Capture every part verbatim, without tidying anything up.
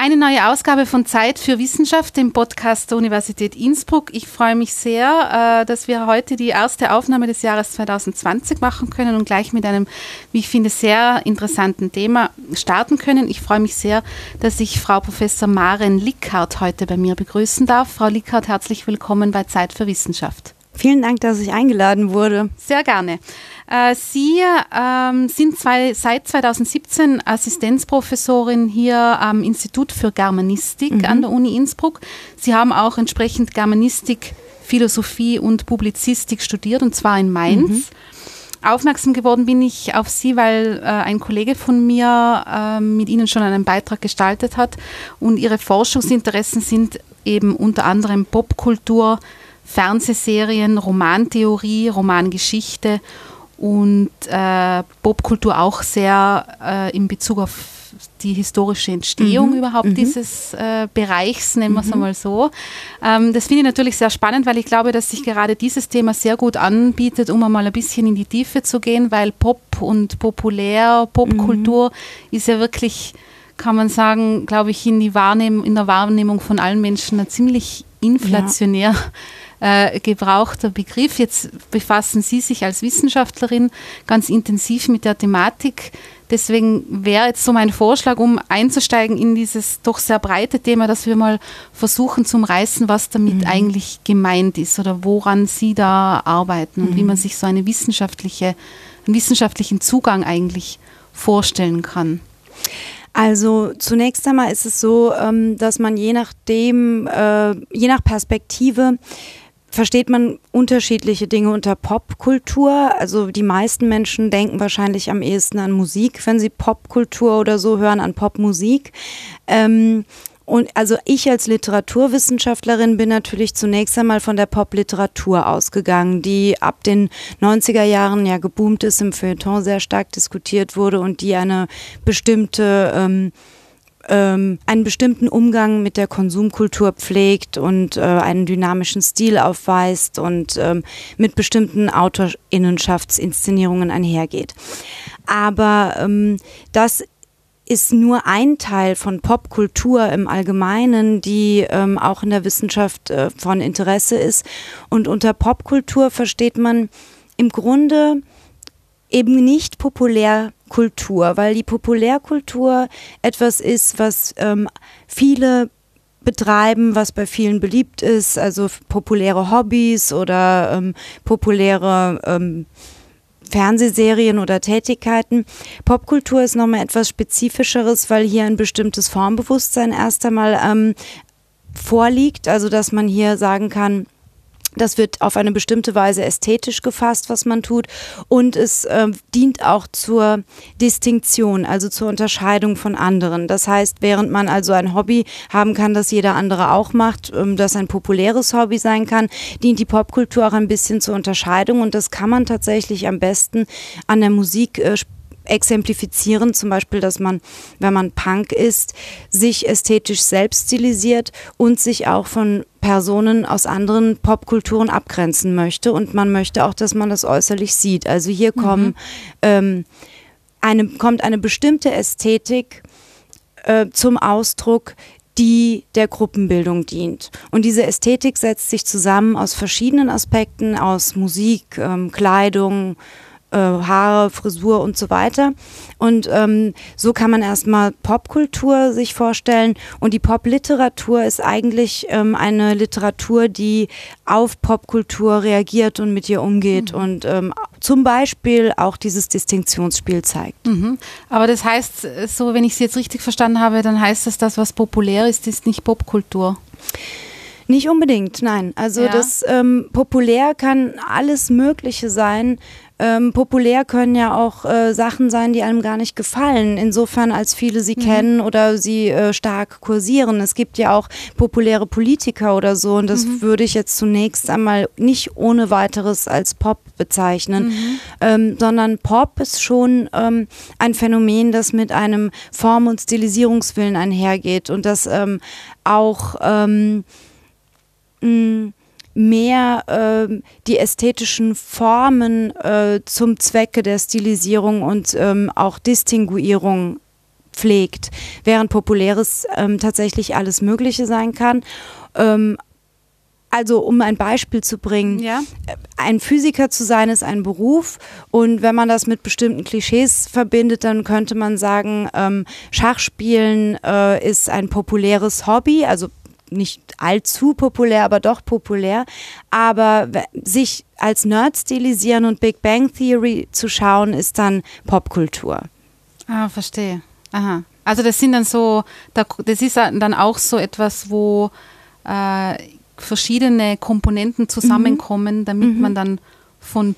Eine neue Ausgabe von Zeit für Wissenschaft, dem Podcast der Universität Innsbruck. Ich freue mich sehr, dass wir heute die erste Aufnahme des Jahres zwanzig zwanzig machen können und gleich mit einem, wie ich finde, sehr interessanten Thema starten können. Ich freue mich sehr, dass ich Frau Professor Maren Lickhardt heute bei mir begrüßen darf. Frau Lickhardt, herzlich willkommen bei Zeit für Wissenschaft. Vielen Dank, dass ich eingeladen wurde. Sehr gerne. Sie ähm, sind zwei, seit zwanzig siebzehn Assistenzprofessorin hier am Institut für Germanistik mhm. an der Uni Innsbruck. Sie haben auch entsprechend Germanistik, Philosophie und Publizistik studiert, und zwar in Mainz. Mhm. Aufmerksam geworden bin ich auf Sie, weil äh, ein Kollege von mir äh, mit Ihnen schon einen Beitrag gestaltet hat, und Ihre Forschungsinteressen sind eben unter anderem Popkultur, Fernsehserien, Romantheorie, Romangeschichte und äh, Popkultur auch sehr äh, in Bezug auf die historische Entstehung mhm. überhaupt mhm. dieses äh, Bereichs, nennen wir es mhm. einmal so. Ähm, das finde ich natürlich sehr spannend, weil ich glaube, dass sich gerade dieses Thema sehr gut anbietet, um einmal ein bisschen in die Tiefe zu gehen, weil Pop und populär, Popkultur mhm. ist ja wirklich, kann man sagen, glaube ich, in, die Wahrnehm- in der Wahrnehmung von allen Menschen ein ziemlich inflationär ja. Äh, gebrauchter Begriff. Jetzt befassen Sie sich als Wissenschaftlerin ganz intensiv mit der Thematik. Deswegen wäre jetzt so mein Vorschlag, um einzusteigen in dieses doch sehr breite Thema, dass wir mal versuchen zu umreißen, was damit mhm. eigentlich gemeint ist oder woran Sie da arbeiten und mhm. wie man sich so eine wissenschaftliche, einen wissenschaftlichen Zugang eigentlich vorstellen kann. Also zunächst einmal ist es so, dass man je nachdem, je nach Perspektive versteht man unterschiedliche Dinge unter Popkultur. Also die meisten Menschen denken wahrscheinlich am ehesten an Musik, wenn sie Popkultur oder so hören, an Popmusik. Ähm, und also ich als Literaturwissenschaftlerin bin natürlich zunächst einmal von der Popliteratur ausgegangen, die ab den neunziger Jahren ja geboomt ist, im Feuilleton sehr stark diskutiert wurde und die eine bestimmte ähm, Ähm, einen bestimmten Umgang mit der Konsumkultur pflegt und äh, einen dynamischen Stil aufweist und ähm, mit bestimmten Autorinnenschaftsinszenierungen einhergeht. Aber ähm, das ist nur ein Teil von Popkultur im Allgemeinen, die ähm, auch in der Wissenschaft äh, von Interesse ist. Und unter Popkultur versteht man im Grunde eben nicht Populärkultur, weil die Populärkultur etwas ist, was ähm, viele betreiben, was bei vielen beliebt ist, also populäre Hobbys oder ähm, populäre ähm, Fernsehserien oder Tätigkeiten. Popkultur ist nochmal etwas Spezifischeres, weil hier ein bestimmtes Formbewusstsein erst einmal ähm, vorliegt, also dass man hier sagen kann, das wird auf eine bestimmte Weise ästhetisch gefasst, was man tut, und es äh, dient auch zur Distinktion, also zur Unterscheidung von anderen. Das heißt, während man also ein Hobby haben kann, das jeder andere auch macht, ähm, das ein populäres Hobby sein kann, dient die Popkultur auch ein bisschen zur Unterscheidung, und das kann man tatsächlich am besten an der Musik äh, exemplifizieren, zum Beispiel, dass man, wenn man Punk ist, sich ästhetisch selbst stilisiert und sich auch von Personen aus anderen Popkulturen abgrenzen möchte, und man möchte auch, dass man das äußerlich sieht. Also hier kommen, mhm. ähm, eine, kommt eine bestimmte Ästhetik äh, zum Ausdruck, die der Gruppenbildung dient. Und diese Ästhetik setzt sich zusammen aus verschiedenen Aspekten, aus Musik, ähm, Kleidung, Haare, Frisur und so weiter. Und ähm, so kann man erstmal Popkultur sich vorstellen. Und die Popliteratur ist eigentlich ähm, eine Literatur, die auf Popkultur reagiert und mit ihr umgeht mhm. und ähm, zum Beispiel auch dieses Distinktionsspiel zeigt. Mhm. Aber das heißt, so wenn ich Sie jetzt richtig verstanden habe, dann heißt das, das, was populär ist, ist nicht Popkultur. Nicht unbedingt, nein. Also ja. das ähm, populär kann alles Mögliche sein. Ähm, populär können ja auch äh, Sachen sein, die einem gar nicht gefallen, insofern als viele sie mhm. kennen oder sie äh, stark kursieren. Es gibt ja auch populäre Politiker oder so, und das mhm. würde ich jetzt zunächst einmal nicht ohne weiteres als Pop bezeichnen, mhm. ähm, sondern Pop ist schon ähm, ein Phänomen, das mit einem Form- und Stilisierungswillen einhergeht und das ähm, auch ähm, mh, mehr äh, die ästhetischen Formen äh, zum Zwecke der Stilisierung und ähm, auch Distinguierung pflegt, während Populäres ähm, tatsächlich alles Mögliche sein kann. Ähm, Also um ein Beispiel zu bringen, ja. ein Physiker zu sein ist ein Beruf und wenn man das mit bestimmten Klischees verbindet, dann könnte man sagen, ähm, Schachspielen äh, ist ein populäres Hobby, also nicht allzu populär, aber doch populär, aber sich als Nerd stilisieren und Big Bang Theory zu schauen, ist dann Popkultur. Ah, verstehe. Aha. Also das sind dann so, das ist dann auch so etwas, wo äh, verschiedene Komponenten zusammenkommen, damit mhm. man dann von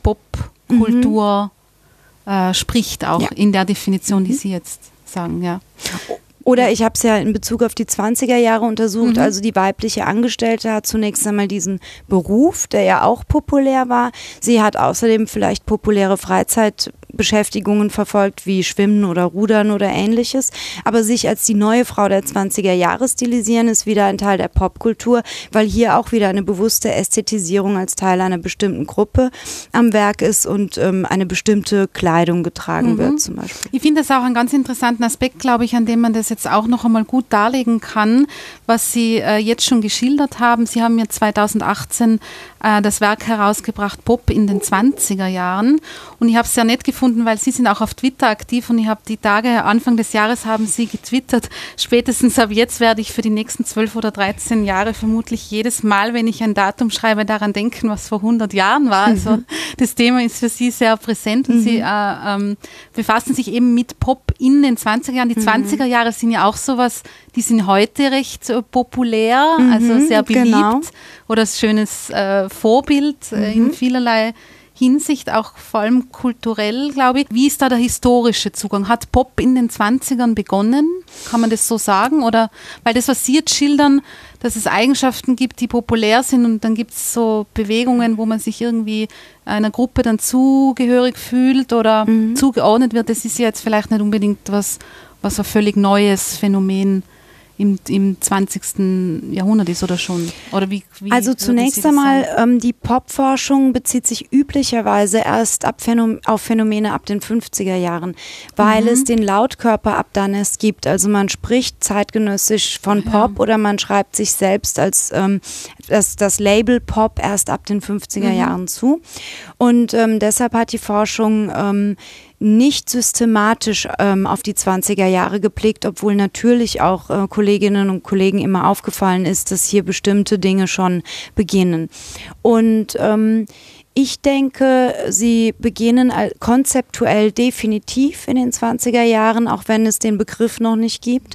Popkultur mhm. äh, spricht, auch ja. in der Definition, die mhm. Sie jetzt sagen, ja. Oder ich habe es ja in Bezug auf die zwanziger Jahre untersucht, mhm. also die weibliche Angestellte hat zunächst einmal diesen Beruf, der ja auch populär war. Sie hat außerdem vielleicht populäre Freizeitbeschäftigungen verfolgt, wie Schwimmen oder Rudern oder ähnliches. Aber sich als die neue Frau der zwanziger Jahre stilisieren, ist wieder ein Teil der Popkultur, weil hier auch wieder eine bewusste Ästhetisierung als Teil einer bestimmten Gruppe am Werk ist und ähm, eine bestimmte Kleidung getragen mhm. wird zum Beispiel. Ich finde das auch einen ganz interessanten Aspekt, glaube ich, an dem man das jetzt auch noch einmal gut darlegen kann, was Sie äh, jetzt schon geschildert haben. Sie haben ja zweitausendachtzehn äh, das Werk herausgebracht, Pop in den zwanziger Jahren. Und ich habe es sehr nett gefunden, weil Sie sind auch auf Twitter aktiv und ich habe die Tage, Anfang des Jahres haben Sie getwittert, spätestens ab jetzt werde ich für die nächsten zwölf oder dreizehn Jahre vermutlich jedes Mal, wenn ich ein Datum schreibe, daran denken, was vor hundert Jahren war. Also mhm. das Thema ist für Sie sehr präsent und mhm. Sie äh, ähm, befassen sich eben mit Pop in den zwanziger Jahren. Die mhm. zwanziger Jahre sind ja auch sowas, die sind heute recht äh, populär, mhm, also sehr beliebt genau. oder ein schönes äh, Vorbild äh, mhm. in vielerlei Hinsicht, auch vor allem kulturell, glaube ich. Wie ist da der historische Zugang? Hat Pop in den zwanzigern begonnen? Kann man das so sagen? Oder, weil das, was Sie jetzt schildern, dass es Eigenschaften gibt, die populär sind und dann gibt es so Bewegungen, wo man sich irgendwie einer Gruppe dann zugehörig fühlt oder mhm. zugeordnet wird, das ist ja jetzt vielleicht nicht unbedingt was, was ein völlig neues Phänomen im, im zwanzigsten Jahrhundert ist oder schon? Oder wie, wie also zunächst einmal, ähm, die Popforschung bezieht sich üblicherweise erst ab Phänom- auf Phänomene ab den fünfziger Jahren, weil mhm. es den Lautkörper ab dann erst gibt. Also man spricht zeitgenössisch von Pop ja. oder man schreibt sich selbst als ähm, das, das Label Pop erst ab den fünfziger mhm. Jahren zu. Und ähm, deshalb hat die Forschung ähm, nicht systematisch ähm, auf die zwanziger Jahre geblickt, obwohl natürlich auch äh, Kolleginnen und Kollegen immer aufgefallen ist, dass hier bestimmte Dinge schon beginnen. Und ähm, ich denke, sie beginnen konzeptuell definitiv in den zwanziger Jahren, auch wenn es den Begriff noch nicht gibt.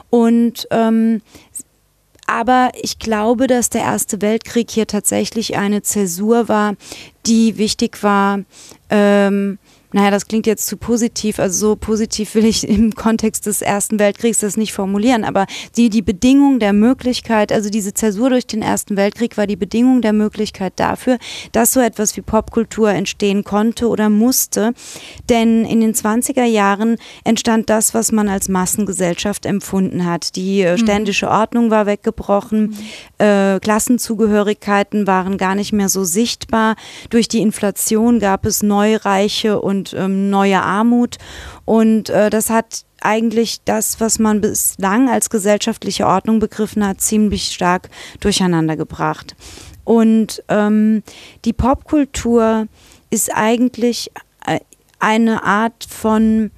Und ähm, aber ich glaube, dass der Erste Weltkrieg hier tatsächlich eine Zäsur war, die wichtig war, ähm, naja, das klingt jetzt zu positiv, also so positiv will ich im Kontext des Ersten Weltkriegs das nicht formulieren, aber die, die Bedingung der Möglichkeit, also diese Zäsur durch den Ersten Weltkrieg war die Bedingung der Möglichkeit dafür, dass so etwas wie Popkultur entstehen konnte oder musste, denn in den zwanziger Jahren entstand das, was man als Massengesellschaft empfunden hat. Die äh, ständische Ordnung war weggebrochen, mhm. äh, Klassenzugehörigkeiten waren gar nicht mehr so sichtbar, durch die Inflation gab es Neureiche und Und ähm, neue Armut und äh, das hat eigentlich das, was man bislang als gesellschaftliche Ordnung begriffen hat, ziemlich stark durcheinander gebracht. Und ähm, die Popkultur ist eigentlich eine Art von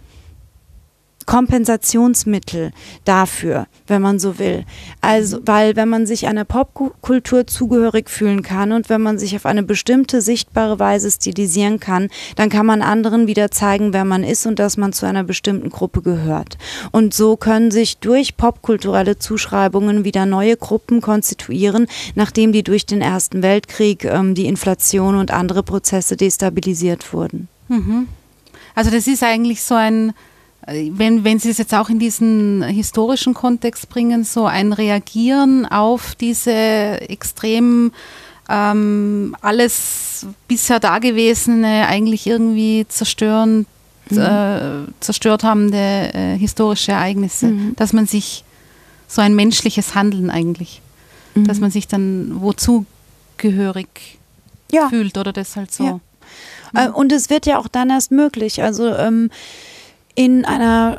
Kompensationsmittel dafür, wenn man so will. Also, weil wenn man sich einer Popkultur zugehörig fühlen kann und wenn man sich auf eine bestimmte sichtbare Weise stilisieren kann, dann kann man anderen wieder zeigen, wer man ist und dass man zu einer bestimmten Gruppe gehört. Und so können sich durch popkulturelle Zuschreibungen wieder neue Gruppen konstituieren, nachdem die durch den Ersten Weltkrieg, ähm, die Inflation und andere Prozesse destabilisiert wurden. Mhm. Also das ist eigentlich so ein Wenn, wenn Sie es jetzt auch in diesen historischen Kontext bringen, so ein Reagieren auf diese extrem ähm, alles bisher Dagewesene eigentlich irgendwie zerstören, mhm. äh, zerstört habende äh, historische Ereignisse, mhm. dass man sich so ein menschliches Handeln eigentlich, mhm. dass man sich dann wozu gehörig ja. fühlt oder das halt so. Ja. Mhm. Und es wird ja auch dann erst möglich, also ähm, in einer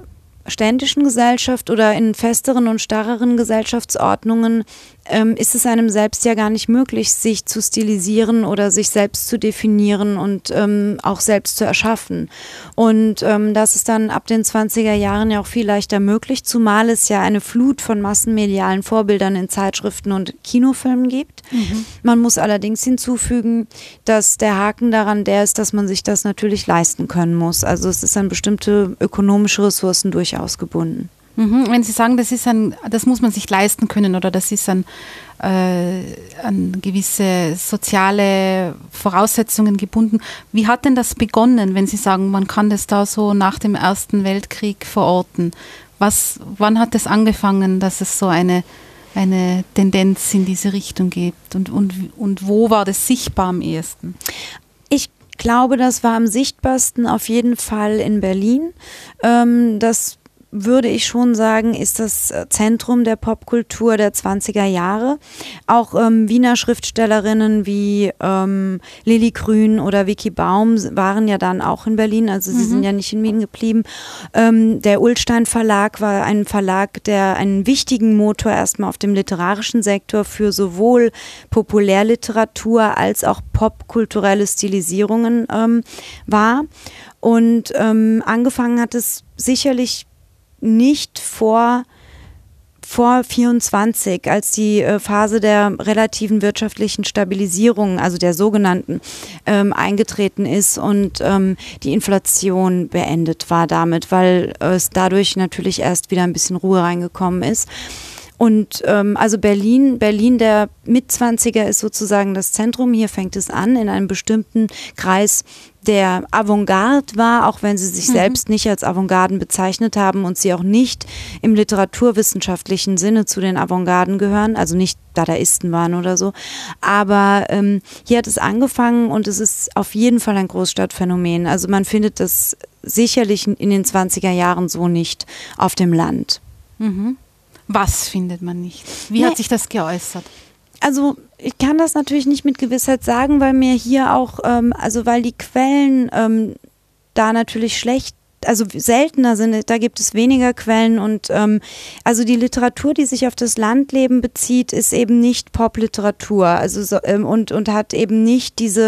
ständischen Gesellschaft oder in festeren und starreren Gesellschaftsordnungen ähm, ist es einem selbst ja gar nicht möglich, sich zu stilisieren oder sich selbst zu definieren und ähm, auch selbst zu erschaffen. Und ähm, das ist dann ab den zwanziger Jahren ja auch viel leichter möglich, zumal es ja eine Flut von massenmedialen Vorbildern in Zeitschriften und Kinofilmen gibt. Mhm. Man muss allerdings hinzufügen, dass der Haken daran der ist, dass man sich das natürlich leisten können muss. Also es ist an bestimmte ökonomische Ressourcen durchaus gebunden. Mhm. Wenn Sie sagen, das ist ein, das muss man sich leisten können oder das ist an, äh, an gewisse soziale Voraussetzungen gebunden. Wie hat denn das begonnen, wenn Sie sagen, man kann das da so nach dem Ersten Weltkrieg verorten? Was, wann hat es angefangen, dass es so eine, eine Tendenz in diese Richtung gibt? Und, und, und wo war das sichtbar am ehesten? Ich glaube, das war am sichtbarsten auf jeden Fall in Berlin. Ähm, das würde ich schon sagen, ist das Zentrum der Popkultur der zwanziger Jahre. Auch ähm, Wiener Schriftstellerinnen wie ähm, Lilli Grün oder Vicky Baum waren ja dann auch in Berlin, also sie mhm. sind ja nicht in Wien geblieben. Ähm, der Ullstein Verlag war ein Verlag, der einen wichtigen Motor erstmal auf dem literarischen Sektor für sowohl Populärliteratur als auch popkulturelle Stilisierungen ähm, war. Und ähm, angefangen hat es sicherlich nicht vor, vor vierundzwanzig, als die äh, Phase der relativen wirtschaftlichen Stabilisierung, also der sogenannten, ähm, eingetreten ist und ähm, die Inflation beendet war damit, weil äh, es dadurch natürlich erst wieder ein bisschen Ruhe reingekommen ist. Und ähm, also Berlin, Berlin der Mitzwanziger ist sozusagen das Zentrum. Hier fängt es an in einem bestimmten Kreis, der Avantgarde war, auch wenn sie sich mhm. selbst nicht als Avantgarden bezeichnet haben und sie auch nicht im literaturwissenschaftlichen Sinne zu den Avantgarden gehören, also nicht Dadaisten waren oder so. Aber ähm, hier hat es angefangen und es ist auf jeden Fall ein Großstadtphänomen. Also man findet das sicherlich in den zwanziger Jahren so nicht auf dem Land. Mhm. Was findet man nicht? Wie nee. hat sich das geäußert? Also ich kann das natürlich nicht mit Gewissheit sagen, weil mir hier auch, ähm, also weil die Quellen ähm, da natürlich schlecht, also seltener sind, da gibt es weniger Quellen und ähm, also die Literatur, die sich auf das Landleben bezieht, ist eben nicht Popliteratur, also so, ähm, und, und hat eben nicht diese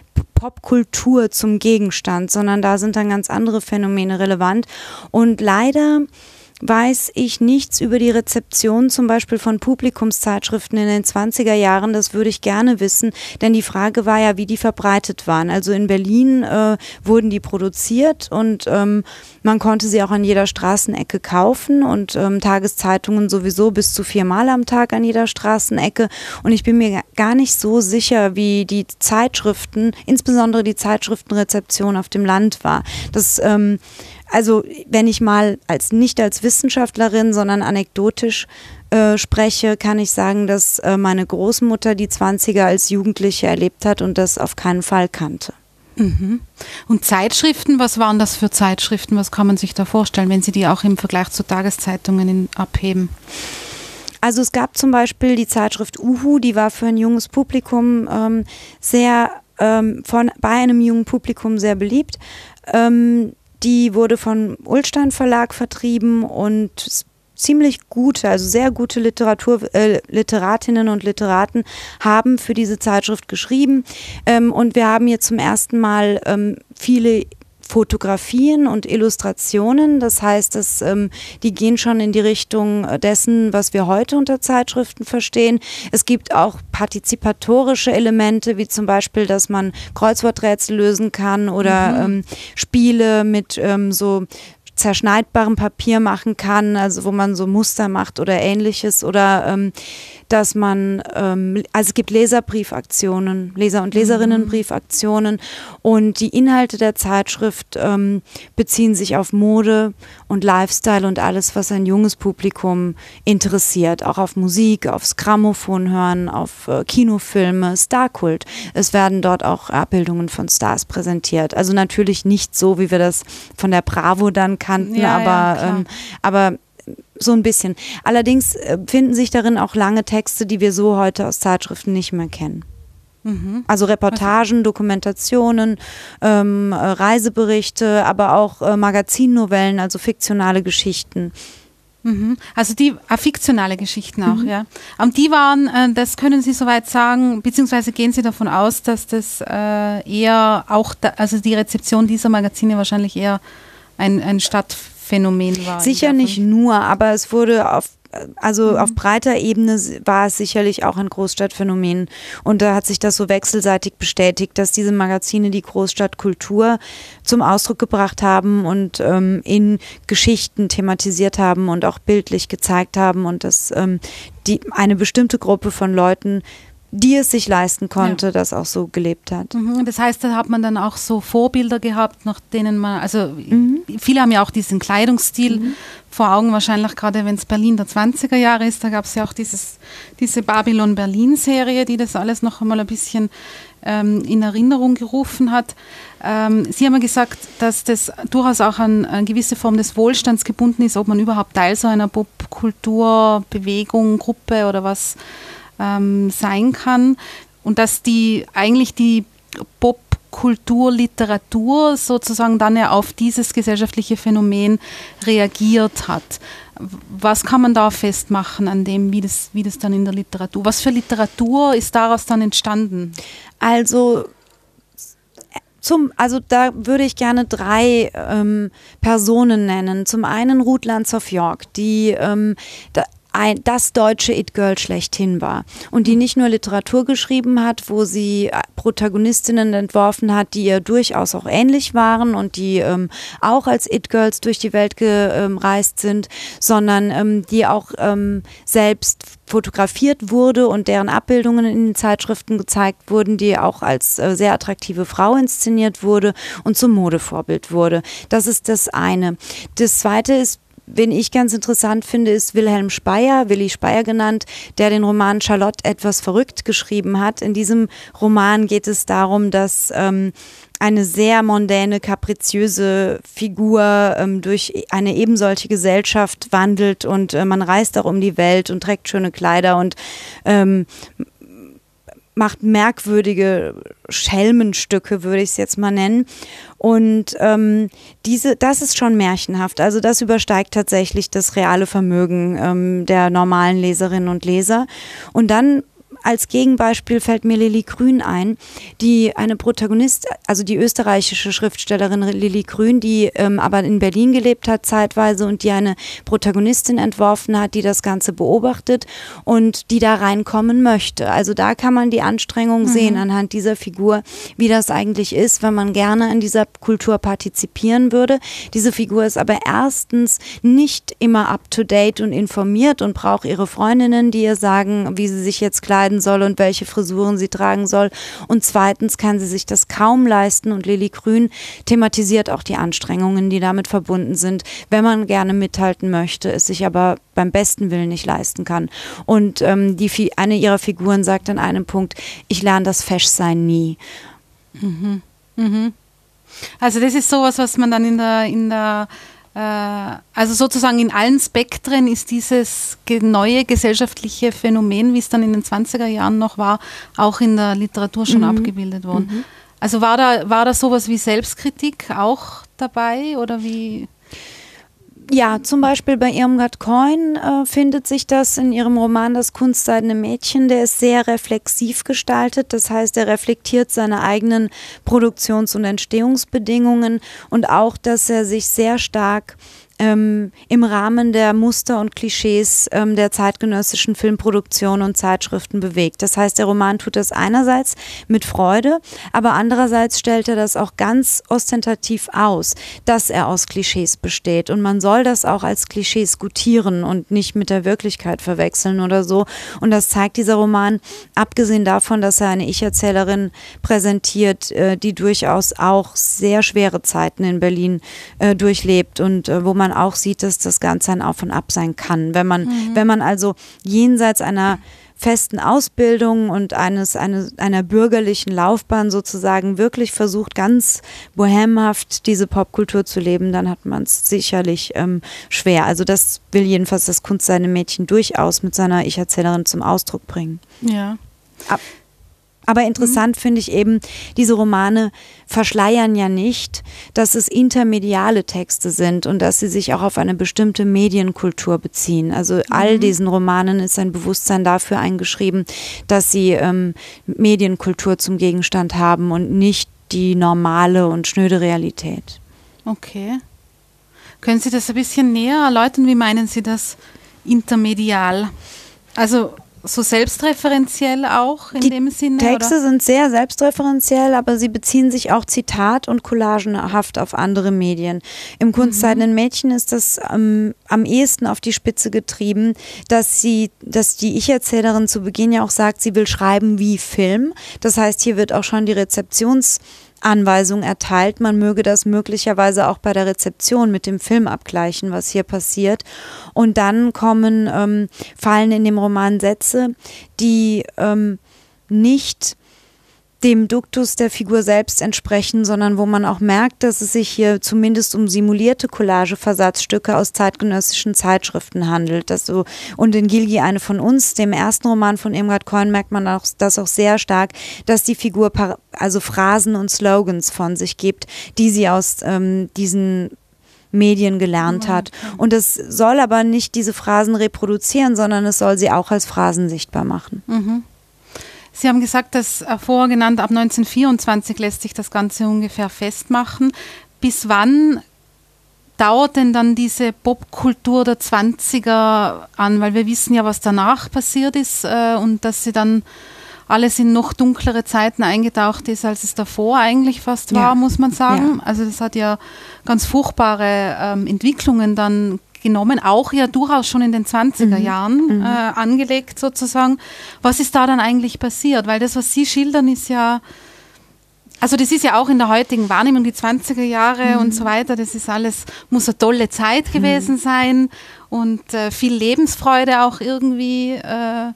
Popkultur zum Gegenstand, sondern da sind dann ganz andere Phänomene relevant und leider weiß ich nichts über die Rezeption zum Beispiel von Publikumszeitschriften in den zwanziger Jahren. Das würde ich gerne wissen, denn die Frage war ja, wie die verbreitet waren. Also in Berlin äh, wurden die produziert und ähm, man konnte sie auch an jeder Straßenecke kaufen und ähm, Tageszeitungen sowieso bis zu viermal am Tag an jeder Straßenecke. Und ich bin mir gar nicht so sicher, wie die Zeitschriften, insbesondere die Zeitschriftenrezeption auf dem Land war. Das ähm, Also wenn ich mal als nicht als Wissenschaftlerin, sondern anekdotisch äh, spreche, kann ich sagen, dass äh, meine Großmutter die zwanziger als Jugendliche erlebt hat und das auf keinen Fall kannte. Mhm. Und Zeitschriften, was waren das für Zeitschriften? Was kann man sich da vorstellen, wenn Sie die auch im Vergleich zu Tageszeitungen in, abheben? Also es gab zum Beispiel die Zeitschrift Uhu, die war für ein junges Publikum ähm, sehr, ähm, von, bei einem jungen Publikum sehr beliebt. Ähm, Die wurde vom Ullstein Verlag vertrieben und ziemlich gute, also sehr gute Literatur, äh, Literatinnen und Literaten haben für diese Zeitschrift geschrieben. Ähm, und wir haben hier zum ersten Mal ähm, viele Fotografien und Illustrationen, das heißt, dass, ähm, die gehen schon in die Richtung dessen, was wir heute unter Zeitschriften verstehen. Es gibt auch partizipatorische Elemente, wie zum Beispiel, dass man Kreuzworträtsel lösen kann oder mhm. ähm, Spiele mit ähm, so zerschneidbarem Papier machen kann, also wo man so Muster macht oder ähnliches oder ähm, dass man, ähm, also es gibt Leserbriefaktionen, Leser- und Leserinnenbriefaktionen und die Inhalte der Zeitschrift ähm, beziehen sich auf Mode und Lifestyle und alles, was ein junges Publikum interessiert, auch auf Musik, aufs Grammophon hören, auf äh, Kinofilme, Starkult. Es werden dort auch Abbildungen von Stars präsentiert. Also natürlich nicht so, wie wir das von der Bravo dann kannten, ja, aber, ja, ähm, aber so ein bisschen. Allerdings äh, finden sich darin auch lange Texte, die wir so heute aus Zeitschriften nicht mehr kennen. Mhm. Also Reportagen, Dokumentationen, ähm, Reiseberichte, aber auch äh, Magazinnovellen, also fiktionale Geschichten. Mhm. Also die äh, fiktionale Geschichten auch, mhm. ja. Und die waren, äh, das können Sie soweit sagen, beziehungsweise gehen Sie davon aus, dass das äh, eher auch, da, also die Rezeption dieser Magazine wahrscheinlich eher ein, ein Stadtphänomen war? Sicher nicht nur, aber es wurde auf Also mhm. auf breiter Ebene war es sicherlich auch ein Großstadtphänomen und da hat sich das so wechselseitig bestätigt, dass diese Magazine die Großstadtkultur zum Ausdruck gebracht haben und ähm, in Geschichten thematisiert haben und auch bildlich gezeigt haben und dass ähm, die, eine bestimmte Gruppe von Leuten, die es sich leisten konnte, ja. das auch so gelebt hat. Mhm, das heißt, da hat man dann auch so Vorbilder gehabt, nach denen man, also mhm. viele haben ja auch diesen Kleidungsstil mhm. vor Augen, wahrscheinlich gerade wenn es Berlin der zwanziger Jahre ist, da gab es ja auch dieses, diese Babylon-Berlin-Serie, die das alles noch einmal ein bisschen ähm, in Erinnerung gerufen hat. Ähm, Sie haben ja gesagt, dass das durchaus auch an eine gewisse Form des Wohlstands gebunden ist, ob man überhaupt Teil so einer Popkultur, Bewegung, Gruppe oder was Ähm, sein kann und dass die eigentlich die Popkultur, Literatur sozusagen dann ja auf dieses gesellschaftliche Phänomen reagiert hat. Was kann man da festmachen an dem, wie das, wie das dann in der Literatur, was für Literatur ist daraus dann entstanden? Also Zum, also da würde ich gerne drei ähm, Personen nennen. Zum einen Ruth Landshoff-Yorck, die ähm, da, Ein, das deutsche It-Girl schlechthin war und die nicht nur Literatur geschrieben hat, wo sie Protagonistinnen entworfen hat, die ihr durchaus auch ähnlich waren und die ähm, auch als It-Girls durch die Welt gereist sind, sondern ähm, die auch ähm, selbst fotografiert wurde und deren Abbildungen in den Zeitschriften gezeigt wurden, die auch als äh, sehr attraktive Frau inszeniert wurde und zum Modevorbild wurde. Das ist das eine. Das zweite ist, wen ich ganz interessant finde, ist Wilhelm Speyer, Willi Speyer genannt, der den Roman Charlotte etwas verrückt geschrieben hat. In diesem Roman geht es darum, dass ähm, eine sehr mondäne, kapriziöse Figur ähm, durch eine ebensolche Gesellschaft wandelt und äh, man reist auch um die Welt und trägt schöne Kleider und ähm, macht merkwürdige Schelmenstücke, würde ich es jetzt mal nennen. Und ähm, diese, das ist schon märchenhaft. Also das übersteigt tatsächlich das reale Vermögen ähm, der normalen Leserinnen und Leser. Und dann als Gegenbeispiel fällt mir Lilli Grün ein, die eine Protagonist, also die österreichische Schriftstellerin Lilli Grün, die ähm, aber in Berlin gelebt hat zeitweise und die eine Protagonistin entworfen hat, die das Ganze beobachtet und die da reinkommen möchte. Also da kann man die Anstrengung mhm. sehen anhand dieser Figur, wie das eigentlich ist, wenn man gerne in dieser Kultur partizipieren würde. Diese Figur ist aber erstens nicht immer up-to-date und informiert und braucht ihre Freundinnen, die ihr sagen, wie sie sich jetzt kleiden soll und welche Frisuren sie tragen soll. Und zweitens kann sie sich das kaum leisten und Lilli Grün thematisiert auch die Anstrengungen, die damit verbunden sind, wenn man gerne mithalten möchte, es sich aber beim besten Willen nicht leisten kann. Und ähm, die, eine ihrer Figuren sagt an einem Punkt, ich lerne das Feschsein nie. Mhm. Mhm. Also das ist sowas, was man dann in der, in der also sozusagen in allen Spektren ist dieses neue gesellschaftliche Phänomen, wie es dann in den zwanziger Jahren noch war, auch in der Literatur schon mhm. abgebildet worden. Mhm. Also war da, war da sowas wie Selbstkritik auch dabei oder wie? Ja, zum Beispiel bei Irmgard Coin äh, findet sich das in ihrem Roman Das kunstseidene Mädchen. Der ist sehr reflexiv gestaltet. Das heißt, er reflektiert seine eigenen Produktions- und Entstehungsbedingungen und auch, dass er sich sehr stark Ähm, im Rahmen der Muster und Klischees ähm, der zeitgenössischen Filmproduktion und Zeitschriften bewegt. Das heißt, der Roman tut das einerseits mit Freude, aber andererseits stellt er das auch ganz ostentativ aus, dass er aus Klischees besteht. Und man soll das auch als Klischees gutieren und nicht mit der Wirklichkeit verwechseln oder so. Und das zeigt dieser Roman, abgesehen davon, dass er eine Ich-Erzählerin präsentiert, äh, die durchaus auch sehr schwere Zeiten in Berlin äh, durchlebt und äh, wo man auch sieht, dass das Ganze ein Auf und Ab sein kann. Wenn man, mhm. wenn man also jenseits einer festen Ausbildung und eines, eine, einer bürgerlichen Laufbahn sozusagen wirklich versucht, ganz bohemhaft diese Popkultur zu leben, dann hat man es sicherlich ähm, schwer. Also das will jedenfalls das Kunstseidene Mädchen durchaus mit seiner Ich-Erzählerin zum Ausdruck bringen. Ja. Ab Aber interessant mhm. finde ich eben, diese Romane verschleiern ja nicht, dass es intermediale Texte sind und dass sie sich auch auf eine bestimmte Medienkultur beziehen. Also mhm. all diesen Romanen ist ein Bewusstsein dafür eingeschrieben, dass sie ähm, Medienkultur zum Gegenstand haben und nicht die normale und schnöde Realität. Okay. Können Sie das ein bisschen näher erläutern? Wie meinen Sie das intermedial? Also so selbstreferenziell auch in die dem Sinne? Die Texte oder? sind sehr selbstreferenziell, aber sie beziehen sich auch zitat- und collagenhaft auf andere Medien. Im Kunstzeichnenden Mädchen ist das ähm, am ehesten auf die Spitze getrieben, dass sie, dass die Ich-Erzählerin zu Beginn ja auch sagt, sie will schreiben wie Film. Das heißt, hier wird auch schon die Rezeptions- Anweisung erteilt, man möge das möglicherweise auch bei der Rezeption mit dem Film abgleichen, was hier passiert. Und dann kommen, ähm, fallen in dem Roman Sätze, die ähm, nicht dem Duktus der Figur selbst entsprechen, sondern wo man auch merkt, dass es sich hier zumindest um simulierte Collage-Versatzstücke aus zeitgenössischen Zeitschriften handelt. Das so, und in Gilgi, eine von uns, dem ersten Roman von Irmgard Keun, merkt man auch, das auch sehr stark, dass die Figur par- also Phrasen und Slogans von sich gibt, die sie aus ähm, diesen Medien gelernt hat. Und es soll aber nicht diese Phrasen reproduzieren, sondern es soll sie auch als Phrasen sichtbar machen. Mhm. Sie haben gesagt, dass äh, vorher genannt, ab neunzehnhundertvierundzwanzig lässt sich das Ganze ungefähr festmachen. Bis wann dauert denn dann diese Popkultur der zwanziger an? Weil wir wissen ja, was danach passiert ist äh, und dass sie dann alles in noch dunklere Zeiten eingetaucht ist, als es davor eigentlich fast war, ja. muss man sagen. Ja. Also das hat ja ganz furchtbare ähm, Entwicklungen dann genommen, auch ja durchaus schon in den zwanziger Jahren mhm. äh, angelegt sozusagen. Was ist da dann eigentlich passiert? Weil das, was Sie schildern, ist ja, also das ist ja auch in der heutigen Wahrnehmung, die zwanziger Jahre mhm. und so weiter, das ist alles, muss eine tolle Zeit gewesen mhm. sein und äh, viel Lebensfreude auch irgendwie äh,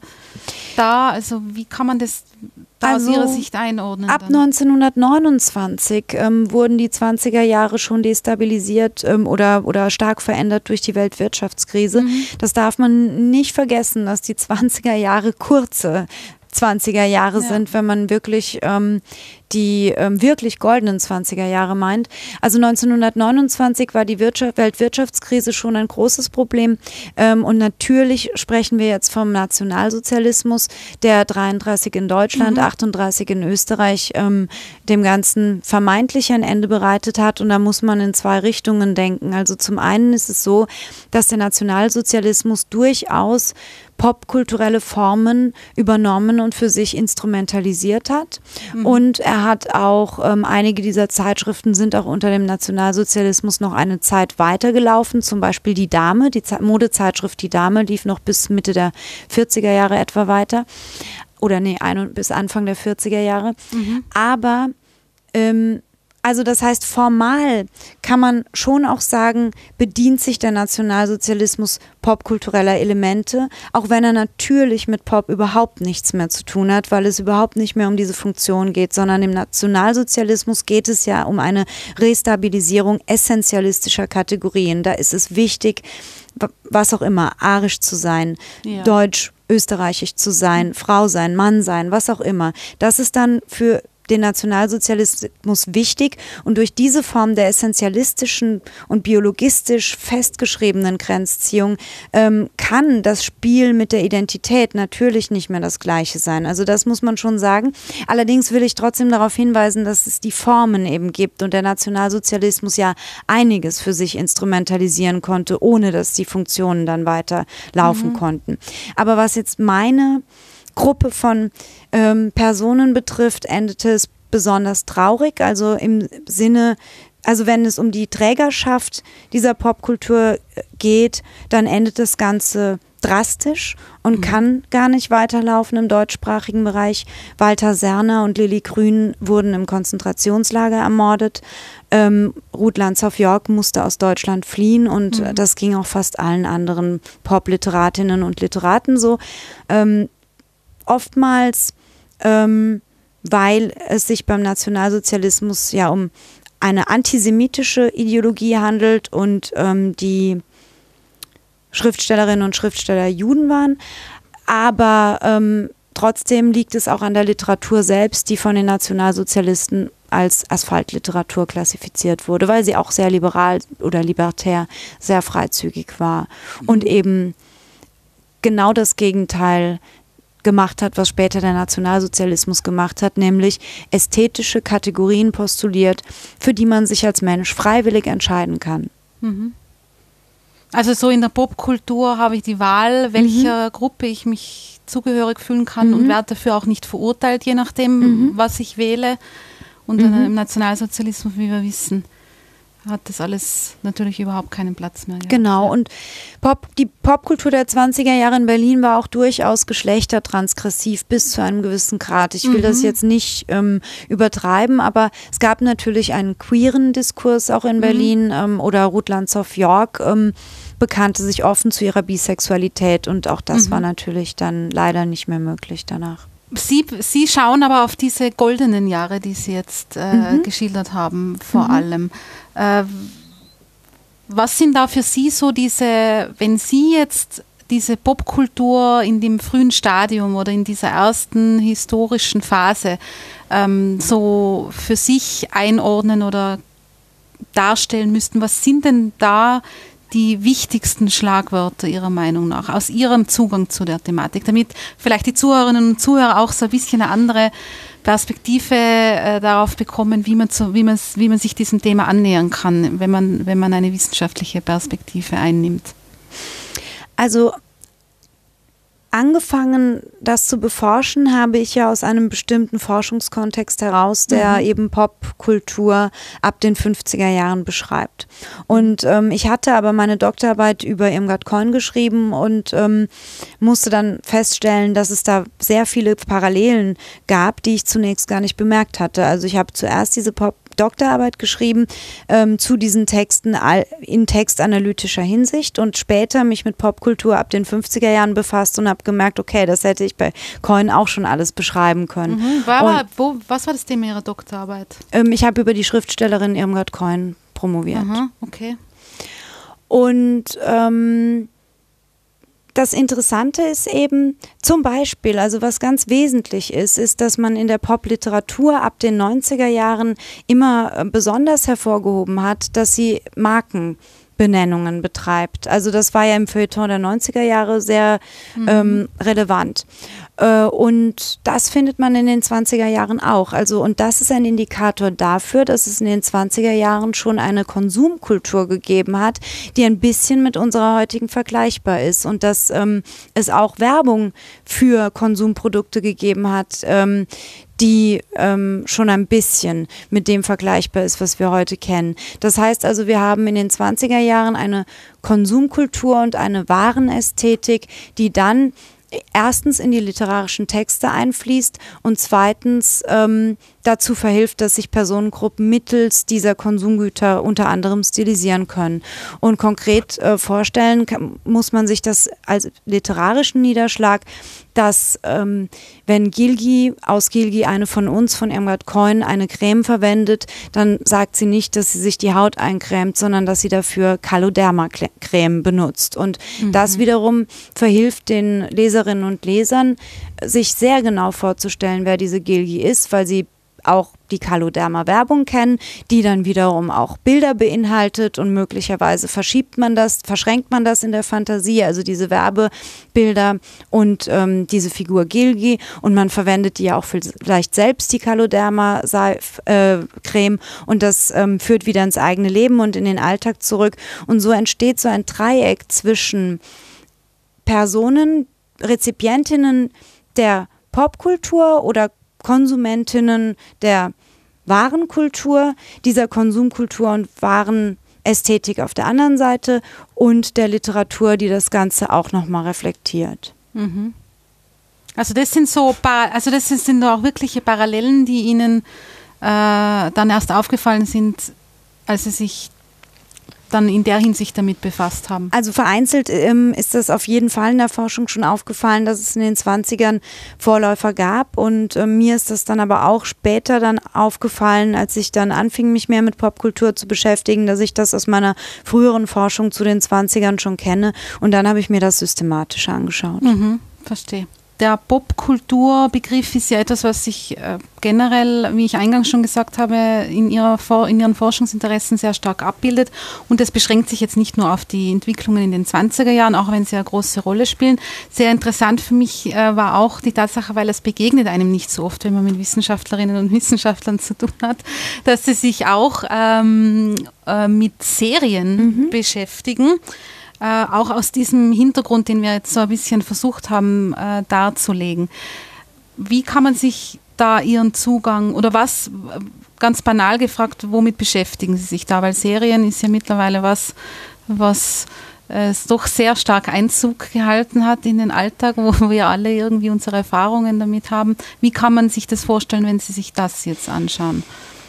da. Also wie kann man das da also aus Ihrer Sicht einordnen? Ab dann? neunzehnhundertneunundzwanzig ähm, wurden die zwanziger Jahre schon destabilisiert ähm, oder, oder stark verändert durch die Weltwirtschaftskrise. Mhm. Das darf man nicht vergessen, dass die zwanziger Jahre kurze zwanziger Jahre ja. sind, wenn man wirklich ähm, die ähm, wirklich goldenen zwanziger Jahre meint. Also neunzehnhundertneunundzwanzig war die Wirtschaft, Weltwirtschaftskrise schon ein großes Problem ähm, und natürlich sprechen wir jetzt vom Nationalsozialismus, der dreiunddreißig in Deutschland, mhm. achtunddreißig in Österreich ähm, dem Ganzen vermeintlich ein Ende bereitet hat und da muss man in zwei Richtungen denken. Also zum einen ist es so, dass der Nationalsozialismus durchaus popkulturelle Formen übernommen und für sich instrumentalisiert hat. Mhm. Und er hat auch, ähm, einige dieser Zeitschriften sind auch unter dem Nationalsozialismus noch eine Zeit weitergelaufen. Zum Beispiel Die Dame, die Ze- Modezeitschrift Die Dame lief noch bis Mitte der vierziger Jahre etwa weiter. Oder nee, ein, bis Anfang der vierziger Jahre. Mhm. Aber ähm, also das heißt, formal kann man schon auch sagen, bedient sich der Nationalsozialismus popkultureller Elemente, auch wenn er natürlich mit Pop überhaupt nichts mehr zu tun hat, weil es überhaupt nicht mehr um diese Funktion geht, sondern im Nationalsozialismus geht es ja um eine Restabilisierung essentialistischer Kategorien. Da ist es wichtig, was auch immer, arisch zu sein, ja. deutsch, österreichisch zu sein, Frau sein, Mann sein, was auch immer. Das ist dann für den Nationalsozialismus wichtig und durch diese Form der essentialistischen und biologistisch festgeschriebenen Grenzziehung ähm, kann das Spiel mit der Identität natürlich nicht mehr das Gleiche sein. Also das muss man schon sagen. Allerdings will ich trotzdem darauf hinweisen, dass es die Formen eben gibt und der Nationalsozialismus ja einiges für sich instrumentalisieren konnte, ohne dass die Funktionen dann weiter laufen mhm. konnten. Aber was jetzt meine Gruppe von ähm, Personen betrifft, endete es besonders traurig, also im Sinne, also wenn es um die Trägerschaft dieser Popkultur geht, dann endet das Ganze drastisch und mhm. kann gar nicht weiterlaufen im deutschsprachigen Bereich. Walter Serner und Lilli Grün wurden im Konzentrationslager ermordet. Ähm, Ruth Landshoff-Yorck musste aus Deutschland fliehen und mhm. das ging auch fast allen anderen Pop-Literatinnen und Literaten so. Ähm, Oftmals, ähm, weil es sich beim Nationalsozialismus ja um eine antisemitische Ideologie handelt und ähm, die Schriftstellerinnen und Schriftsteller Juden waren. Aber ähm, trotzdem liegt es auch an der Literatur selbst, die von den Nationalsozialisten als Asphaltliteratur klassifiziert wurde, weil sie auch sehr liberal oder libertär, sehr freizügig war und eben genau das Gegenteil gemacht hat, was später der Nationalsozialismus gemacht hat, nämlich ästhetische Kategorien postuliert, für die man sich als Mensch freiwillig entscheiden kann. Mhm. Also so in der Popkultur habe ich die Wahl, welcher mhm. Gruppe ich mich zugehörig fühlen kann mhm. und werde dafür auch nicht verurteilt, je nachdem, mhm. was ich wähle. Und mhm. im Nationalsozialismus, wie wir wissen, hat das alles natürlich überhaupt keinen Platz mehr. Gehabt. Genau, und Pop, die Popkultur der zwanziger Jahre in Berlin war auch durchaus geschlechtertransgressiv bis zu einem gewissen Grad. Ich will mhm. das jetzt nicht ähm, übertreiben, aber es gab natürlich einen queeren Diskurs auch in mhm. Berlin ähm, oder Ruth Lanzow-York ähm, bekannte sich offen zu ihrer Bisexualität und auch das mhm. war natürlich dann leider nicht mehr möglich danach. Sie, Sie schauen aber auf diese goldenen Jahre, die Sie jetzt äh, mhm. geschildert haben, vor mhm. allem. Äh, was sind da für Sie so diese, wenn Sie jetzt diese Popkultur in dem frühen Stadium oder in dieser ersten historischen Phase ähm, so für sich einordnen oder darstellen müssten, was sind denn da die wichtigsten Schlagwörter Ihrer Meinung nach, aus Ihrem Zugang zu der Thematik, damit vielleicht die Zuhörerinnen und Zuhörer auch so ein bisschen eine andere Perspektive äh, darauf bekommen, wie man, zu, wie, man, wie man sich diesem Thema annähern kann, wenn man, wenn man eine wissenschaftliche Perspektive einnimmt? Also angefangen, das zu beforschen, habe ich ja aus einem bestimmten Forschungskontext heraus, der mhm. eben Popkultur ab den fünfziger Jahren beschreibt. Und ähm, ich hatte aber meine Doktorarbeit über Irmgard Keun geschrieben und ähm, musste dann feststellen, dass es da sehr viele Parallelen gab, die ich zunächst gar nicht bemerkt hatte. Also ich habe zuerst diese Pop Doktorarbeit geschrieben ähm, zu diesen Texten in textanalytischer Hinsicht und später mich mit Popkultur ab den fünfziger Jahren befasst und habe gemerkt, okay, das hätte ich bei Keun auch schon alles beschreiben können. Mhm. War, und, wo, was war das Thema Ihrer Doktorarbeit? Ähm, ich habe über die Schriftstellerin Irmgard Keun promoviert. Aha, okay. Und ähm, das Interessante ist eben zum Beispiel, also was ganz wesentlich ist, ist, dass man in der Popliteratur ab den neunziger Jahren immer besonders hervorgehoben hat, dass sie Markenbenennungen betreibt. Also das war ja im Feuilleton der neunziger Jahre sehr mhm. ähm, relevant. Äh, und das findet man in den zwanziger Jahren auch. Also, und das ist ein Indikator dafür, dass es in den zwanziger Jahren schon eine Konsumkultur gegeben hat, die ein bisschen mit unserer heutigen vergleichbar ist. Und dass ähm, es auch Werbung für Konsumprodukte gegeben hat, ähm, die ähm, schon ein bisschen mit dem vergleichbar ist, was wir heute kennen. Das heißt also, wir haben in den zwanziger Jahren eine Konsumkultur und eine Warenästhetik, die dann erstens in die literarischen Texte einfließt und zweitens ähm, dazu verhilft, dass sich Personengruppen mittels dieser Konsumgüter unter anderem stilisieren können. Und konkret äh, vorstellen kann, muss man sich das als literarischen Niederschlag, dass ähm, wenn Gilgi aus Gilgi, eine von uns, von Irmgard Keun, eine Creme verwendet, dann sagt sie nicht, dass sie sich die Haut eincremt, sondern dass sie dafür Caloderma-Creme benutzt. Und mhm. das wiederum verhilft den Leserinnen und Lesern, sich sehr genau vorzustellen, wer diese Gilgi ist, weil sie auch die Caloderma-Werbung kennen, die dann wiederum auch Bilder beinhaltet und möglicherweise verschiebt man das, verschränkt man das in der Fantasie, also diese Werbebilder und ähm, diese Figur Gilgi und man verwendet die ja auch vielleicht selbst, die Caloderma-Creme äh, und das ähm, führt wieder ins eigene Leben und in den Alltag zurück und so entsteht so ein Dreieck zwischen Personen, Rezipientinnen der Popkultur oder Konsumentinnen der Warenkultur, dieser Konsumkultur und Warenästhetik auf der anderen Seite und der Literatur, die das Ganze auch nochmal reflektiert. Mhm. Also das sind so, also das sind auch wirkliche Parallelen, die Ihnen äh, dann erst aufgefallen sind, als Sie sich dann in der Hinsicht damit befasst haben? Also vereinzelt ähm, ist das auf jeden Fall in der Forschung schon aufgefallen, dass es in den zwanzigern Vorläufer gab und äh, mir ist das dann aber auch später dann aufgefallen, als ich dann anfing, mich mehr mit Popkultur zu beschäftigen, dass ich das aus meiner früheren Forschung zu den zwanzigern schon kenne und dann habe ich mir das systematischer angeschaut. Mhm, verstehe. der Popkulturbegriff ist ja etwas, was sich äh, generell, wie ich eingangs schon gesagt habe, in, ihrer, in ihren Forschungsinteressen sehr stark abbildet. Und das beschränkt sich jetzt nicht nur auf die Entwicklungen in den zwanziger Jahren, auch wenn sie eine große Rolle spielen. Sehr interessant für mich äh, war auch die Tatsache, weil es begegnet einem nicht so oft, wenn man mit Wissenschaftlerinnen und Wissenschaftlern zu tun hat, dass sie sich auch ähm, äh, mit Serien mhm. beschäftigen. Äh, auch aus diesem Hintergrund, den wir jetzt so ein bisschen versucht haben äh, darzulegen. Wie kann man sich da Ihren Zugang oder was, ganz banal gefragt, womit beschäftigen Sie sich da? Weil Serien ist ja mittlerweile was, was äh, es doch sehr stark Einzug gehalten hat in den Alltag, wo wir alle irgendwie unsere Erfahrungen damit haben. Wie kann man sich das vorstellen, wenn Sie sich das jetzt anschauen?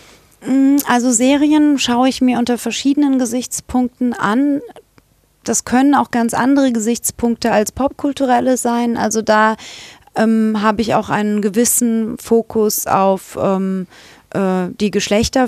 Also Serien schaue ich mir unter verschiedenen Gesichtspunkten an. Das können auch ganz andere Gesichtspunkte als popkulturelle sein. Also da ähm, habe ich auch einen gewissen Fokus auf ähm, äh, die Geschlechter,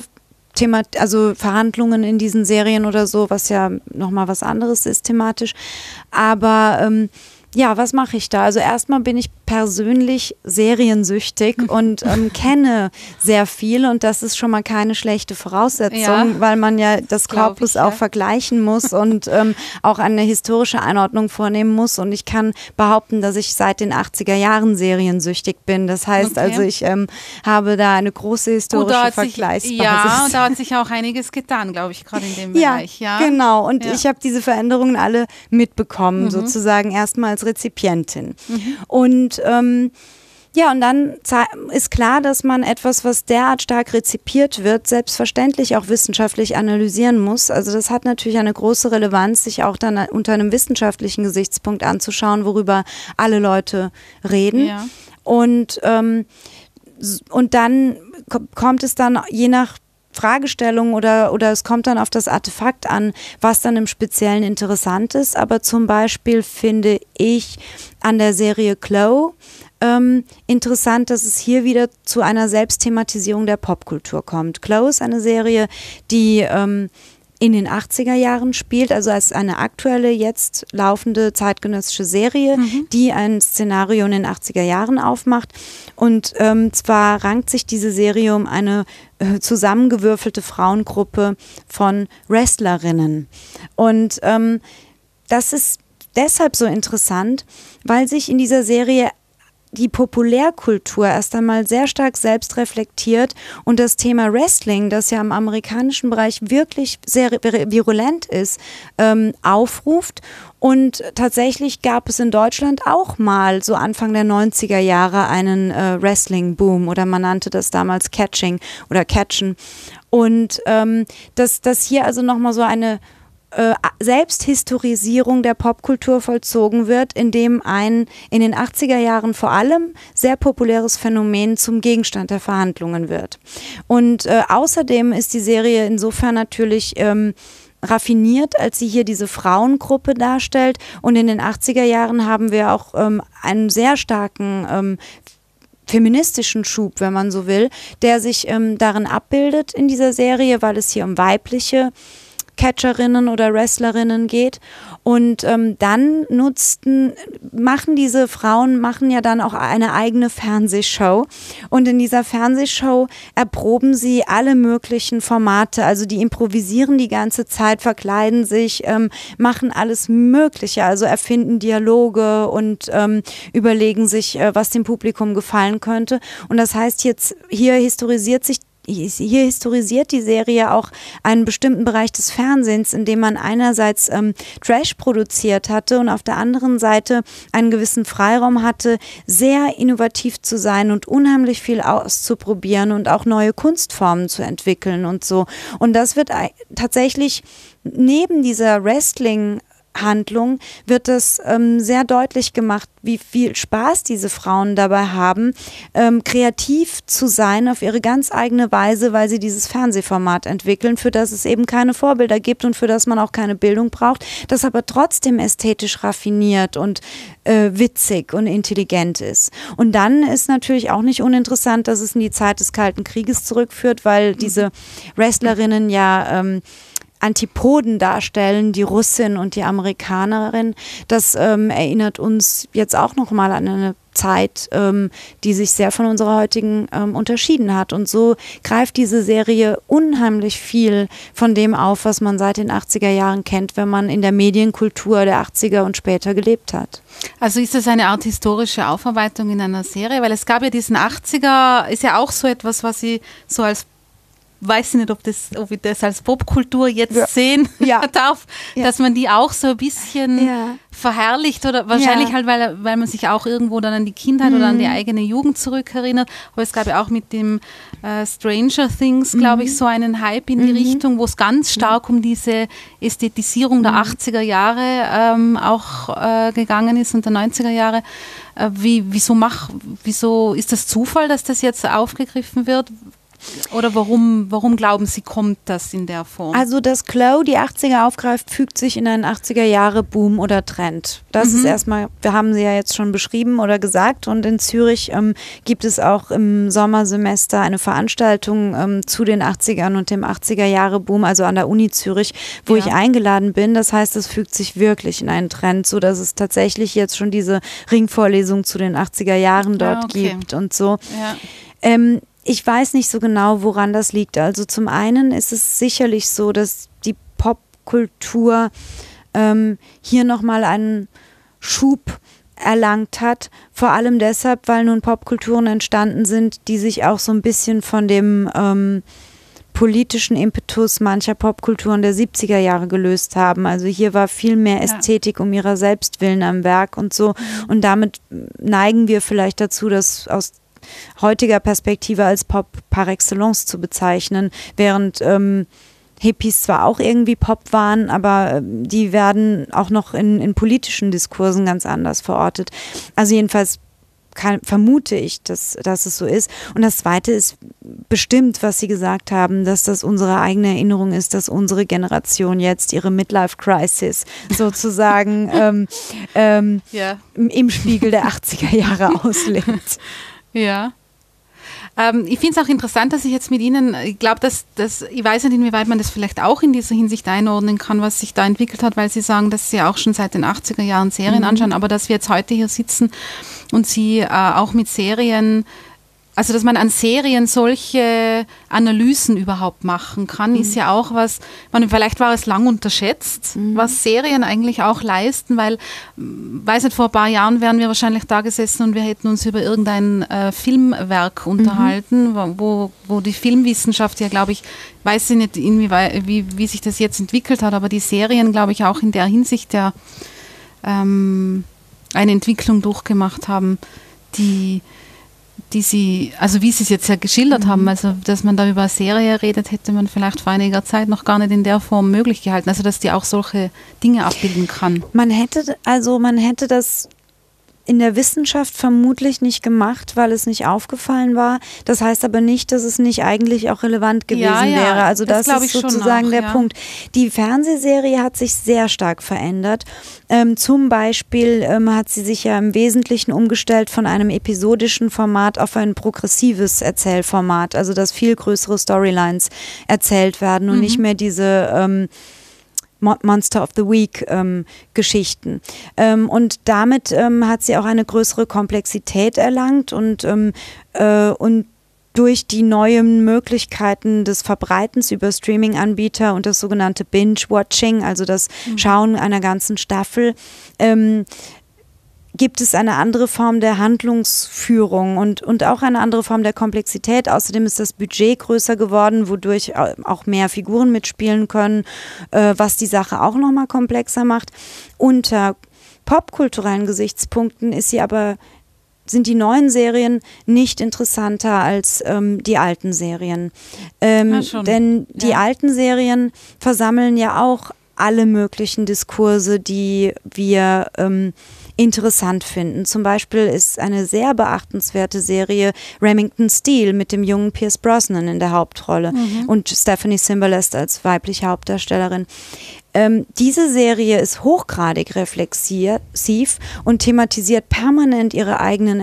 also Verhandlungen in diesen Serien oder so, was ja nochmal was anderes ist thematisch. Aber ähm, ja, was mache ich da? Also erstmal bin ich persönlich seriensüchtig und ähm, kenne sehr viel und das ist schon mal keine schlechte Voraussetzung, ja, weil man ja das Korpus ich, auch ja. vergleichen muss und ähm, auch eine historische Einordnung vornehmen muss und ich kann behaupten, dass ich seit den achtziger Jahren seriensüchtig bin. Das heißt okay. also, ich ähm, habe da eine große historische Vergleichsbasis. Sich, ja, und da hat sich auch einiges getan, glaube ich, gerade in dem Bereich. Ja, ja. genau. Und ja. ich habe diese Veränderungen alle mitbekommen, mhm. sozusagen erstmal als Rezipientin. Mhm. Und ähm, ja, und dann ist klar, dass man etwas, was derart stark rezipiert wird, selbstverständlich auch wissenschaftlich analysieren muss. Also das hat natürlich eine große Relevanz, sich auch dann unter einem wissenschaftlichen Gesichtspunkt anzuschauen, worüber alle Leute reden. Ja. Und, ähm, und dann kommt es dann je nach Fragestellung oder, oder es kommt dann auf das Artefakt an, was dann im Speziellen interessant ist. Aber zum Beispiel finde ich an der Serie Chloe ähm, interessant, dass es hier wieder zu einer Selbstthematisierung der Popkultur kommt. Chloe ist eine Serie, die ähm, in den achtziger Jahren spielt, also als eine aktuelle, jetzt laufende zeitgenössische Serie, mhm. die ein Szenario in den achtziger Jahren aufmacht. Und ähm, zwar rankt sich diese Serie um eine äh, zusammengewürfelte Frauengruppe von Wrestlerinnen. Und ähm, das ist deshalb so interessant, weil sich in dieser Serie die Populärkultur erst einmal sehr stark selbst reflektiert und das Thema Wrestling, das ja im amerikanischen Bereich wirklich sehr virulent ist, ähm, aufruft. Und tatsächlich gab es in Deutschland auch mal so Anfang der neunziger Jahre einen äh, Wrestling-Boom oder man nannte das damals Catching oder Catchen. Und ähm, dass, dass hier also nochmal so eine Äh, Selbsthistorisierung der Popkultur vollzogen wird, indem ein in den achtziger Jahren vor allem sehr populäres Phänomen zum Gegenstand der Verhandlungen wird. Und äh, außerdem ist die Serie insofern natürlich ähm, raffiniert, als sie hier diese Frauengruppe darstellt. Und in den achtziger Jahren haben wir auch ähm, einen sehr starken ähm, feministischen Schub, wenn man so will, der sich ähm, darin abbildet in dieser Serie, weil es hier um weibliche Catcherinnen oder Wrestlerinnen geht und ähm, dann nutzten, machen diese Frauen, machen ja dann auch eine eigene Fernsehshow und in dieser Fernsehshow erproben sie alle möglichen Formate, also die improvisieren die ganze Zeit, verkleiden sich, ähm, machen alles Mögliche, also erfinden Dialoge und ähm, überlegen sich, äh, was dem Publikum gefallen könnte und das heißt jetzt, hier historisiert sich Hier historisiert die Serie auch einen bestimmten Bereich des Fernsehens, in dem man einerseits ähm, Trash produziert hatte und auf der anderen Seite einen gewissen Freiraum hatte, sehr innovativ zu sein und unheimlich viel auszuprobieren und auch neue Kunstformen zu entwickeln und so. Und das wird tatsächlich neben dieser Wrestling- Handlung wird es ähm, sehr deutlich gemacht, wie viel Spaß diese Frauen dabei haben, ähm, kreativ zu sein auf ihre ganz eigene Weise, weil sie dieses Fernsehformat entwickeln, für das es eben keine Vorbilder gibt und für das man auch keine Bildung braucht, das aber trotzdem ästhetisch raffiniert und äh, witzig und intelligent ist. Und dann ist natürlich auch nicht uninteressant, dass es in die Zeit des Kalten Krieges zurückführt, weil diese Wrestlerinnen ja ähm, Antipoden darstellen, die Russin und die Amerikanerin. Das ähm, erinnert uns jetzt auch nochmal an eine Zeit, ähm, die sich sehr von unserer heutigen ähm, unterschieden hat. Und so greift diese Serie unheimlich viel von dem auf, was man seit den achtziger Jahren kennt, wenn man in der Medienkultur der achtziger und später gelebt hat. Also ist das eine Art historische Aufarbeitung in einer Serie? Weil es gab ja diesen achtziger, ist ja auch so etwas, was sie so als weiß ich nicht, ob, das, ob ich das als Popkultur jetzt ja. sehen ja. darf, ja. dass man die auch so ein bisschen ja. verherrlicht oder wahrscheinlich ja. halt, weil, weil man sich auch irgendwo dann an die Kindheit mhm. oder an die eigene Jugend zurückerinnert. Aber es gab ja auch mit dem äh, Stranger Things, glaube mhm. ich, so einen Hype in die mhm. Richtung, wo es ganz stark um diese Ästhetisierung der mhm. achtziger Jahre ähm, auch äh, gegangen ist und der neunziger Jahre. Äh, wie, wieso, mach, wieso ist das Zufall, dass das jetzt aufgegriffen wird? Oder warum, warum glauben Sie, kommt das in der Form? Also, dass Chloe die achtziger aufgreift, fügt sich in einen achtziger-Jahre-Boom oder Trend. Das mhm. ist erstmal, wir haben sie ja jetzt schon beschrieben oder gesagt, und in Zürich ähm, gibt es auch im Sommersemester eine Veranstaltung ähm, zu den achtzigern und dem achtziger-Jahre-Boom, also an der Uni Zürich, wo ja. ich eingeladen bin. Das heißt, es fügt sich wirklich in einen Trend, sodass es tatsächlich jetzt schon diese Ringvorlesung zu den achtziger Jahren dort ah, okay. gibt und so. Ja. Ähm, Ich weiß nicht so genau, woran das liegt. Also zum einen ist es sicherlich so, dass die Popkultur ähm, hier nochmal einen Schub erlangt hat. Vor allem deshalb, weil nun Popkulturen entstanden sind, die sich auch so ein bisschen von dem ähm, politischen Impetus mancher Popkulturen der siebziger Jahre gelöst haben. Also hier war viel mehr Ästhetik ja. um ihrer selbst willen am Werk und so. Und damit neigen wir vielleicht dazu, dass aus heutiger Perspektive als Pop par excellence zu bezeichnen, während ähm, Hippies zwar auch irgendwie Pop waren, aber äh, die werden auch noch in, in politischen Diskursen ganz anders verortet. Also jedenfalls kann, vermute ich, dass, dass es so ist. Und das Zweite ist bestimmt, was Sie gesagt haben, dass das unsere eigene Erinnerung ist, dass unsere Generation jetzt ihre Midlife-Crisis sozusagen ähm, ähm, ja. im, im Spiegel der achtziger Jahre auslebt. Ja. Ähm, ich finde es auch interessant, dass ich jetzt mit Ihnen, ich glaube, dass, dass, ich weiß nicht, inwieweit man das vielleicht auch in dieser Hinsicht einordnen kann, was sich da entwickelt hat, weil Sie sagen, dass Sie auch schon seit den achtziger Jahren Serien mhm. anschauen, aber dass wir jetzt heute hier sitzen und Sie äh, auch mit Serien, also dass man an Serien solche Analysen überhaupt machen kann, mhm. ist ja auch was, man, vielleicht war es lang unterschätzt, mhm. was Serien eigentlich auch leisten, weil, weiß nicht, vor ein paar Jahren wären wir wahrscheinlich da gesessen und wir hätten uns über irgendein äh, Filmwerk unterhalten, mhm. wo, wo die Filmwissenschaft ja, glaube ich, weiß ich nicht, inwieweit, wie, wie sich das jetzt entwickelt hat, aber die Serien, glaube ich, auch in der Hinsicht ja ähm, eine Entwicklung durchgemacht haben, die die Sie, also wie Sie es jetzt ja geschildert mhm. haben, also dass man da über eine Serie redet, hätte man vielleicht vor einiger Zeit noch gar nicht in der Form möglich gehalten, also dass die auch solche Dinge abbilden kann. Man hätte, also man hätte das in der Wissenschaft vermutlich nicht gemacht, weil es nicht aufgefallen war. Das heißt aber nicht, dass es nicht eigentlich auch relevant gewesen ja, ja, wäre. Also das, das ist sozusagen auch, der ja. Punkt. Die Fernsehserie hat sich sehr stark verändert. Ähm, zum Beispiel ähm, hat sie sich ja im Wesentlichen umgestellt von einem episodischen Format auf ein progressives Erzählformat. Also dass viel größere Storylines erzählt werden und mhm. nicht mehr diese ähm, Monster of the Week ähm, Geschichten. Ähm, und damit ähm, hat sie auch eine größere Komplexität erlangt und, ähm, äh, und durch die neuen Möglichkeiten des Verbreitens über Streaming-Anbieter und das sogenannte Binge-Watching, also das mhm. Schauen einer ganzen Staffel, ähm, gibt es eine andere Form der Handlungsführung und, und auch eine andere Form der Komplexität. Außerdem ist das Budget größer geworden, wodurch auch mehr Figuren mitspielen können, äh, was die Sache auch nochmal komplexer macht. Unter popkulturellen Gesichtspunkten ist sie aber, sind die neuen Serien nicht interessanter als ähm, die alten Serien. Ähm, ja, denn die ja. alten Serien versammeln ja auch alle möglichen Diskurse, die wir ähm, interessant finden. Zum Beispiel ist eine sehr beachtenswerte Serie Remington Steele mit dem jungen Pierce Brosnan in der Hauptrolle mhm. und Stephanie Cimbalest als weibliche Hauptdarstellerin. Ähm, diese Serie ist hochgradig reflexiv und thematisiert permanent ihre eigenen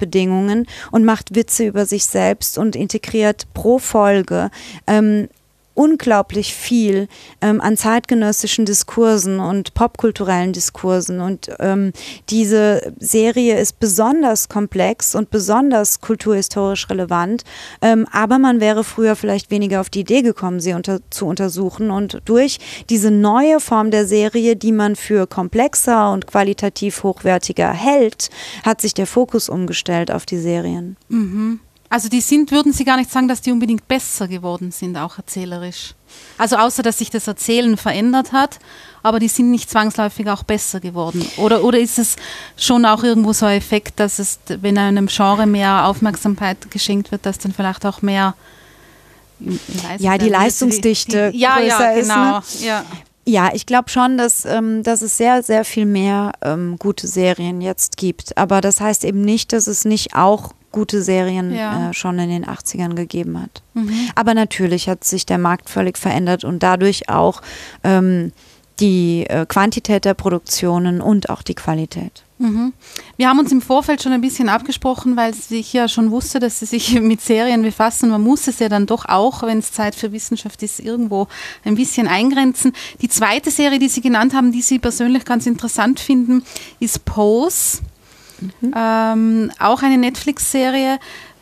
Entstehungsbedingungen und macht Witze über sich selbst und integriert pro Folge ähm, unglaublich viel ähm, an zeitgenössischen Diskursen und popkulturellen Diskursen und ähm, diese Serie ist besonders komplex und besonders kulturhistorisch relevant, ähm, aber man wäre früher vielleicht weniger auf die Idee gekommen, sie unter, zu untersuchen und durch diese neue Form der Serie, die man für komplexer und qualitativ hochwertiger hält, hat sich der Fokus umgestellt auf die Serien. Mhm. Also die sind, würden Sie gar nicht sagen, dass die unbedingt besser geworden sind, auch erzählerisch? Also außer, dass sich das Erzählen verändert hat, aber die sind nicht zwangsläufig auch besser geworden. Oder, oder ist es schon auch irgendwo so ein Effekt, dass es, wenn einem Genre mehr Aufmerksamkeit geschenkt wird, dass dann vielleicht auch mehr... Ja, die Leistungsdichte die, die, ja, größer ja, genau, ist. Ne? Ja. Ja, ich glaube schon, dass, ähm, dass es sehr, sehr viel mehr ähm, gute Serien jetzt gibt. Aber das heißt eben nicht, dass es nicht auch gute Serien ja. äh, schon in den achtzigern gegeben hat. Mhm. Aber natürlich hat sich der Markt völlig verändert und dadurch auch ähm, die äh, Quantität der Produktionen und auch die Qualität. Mhm. Wir haben uns im Vorfeld schon ein bisschen abgesprochen, weil ich ja schon wusste, dass Sie sich mit Serien befassen. Man muss es ja dann doch auch, wenn es Zeit für Wissenschaft ist, irgendwo ein bisschen eingrenzen. Die zweite Serie, die Sie genannt haben, die Sie persönlich ganz interessant finden, ist Pose. Mhm. Ähm, auch eine Netflix-Serie.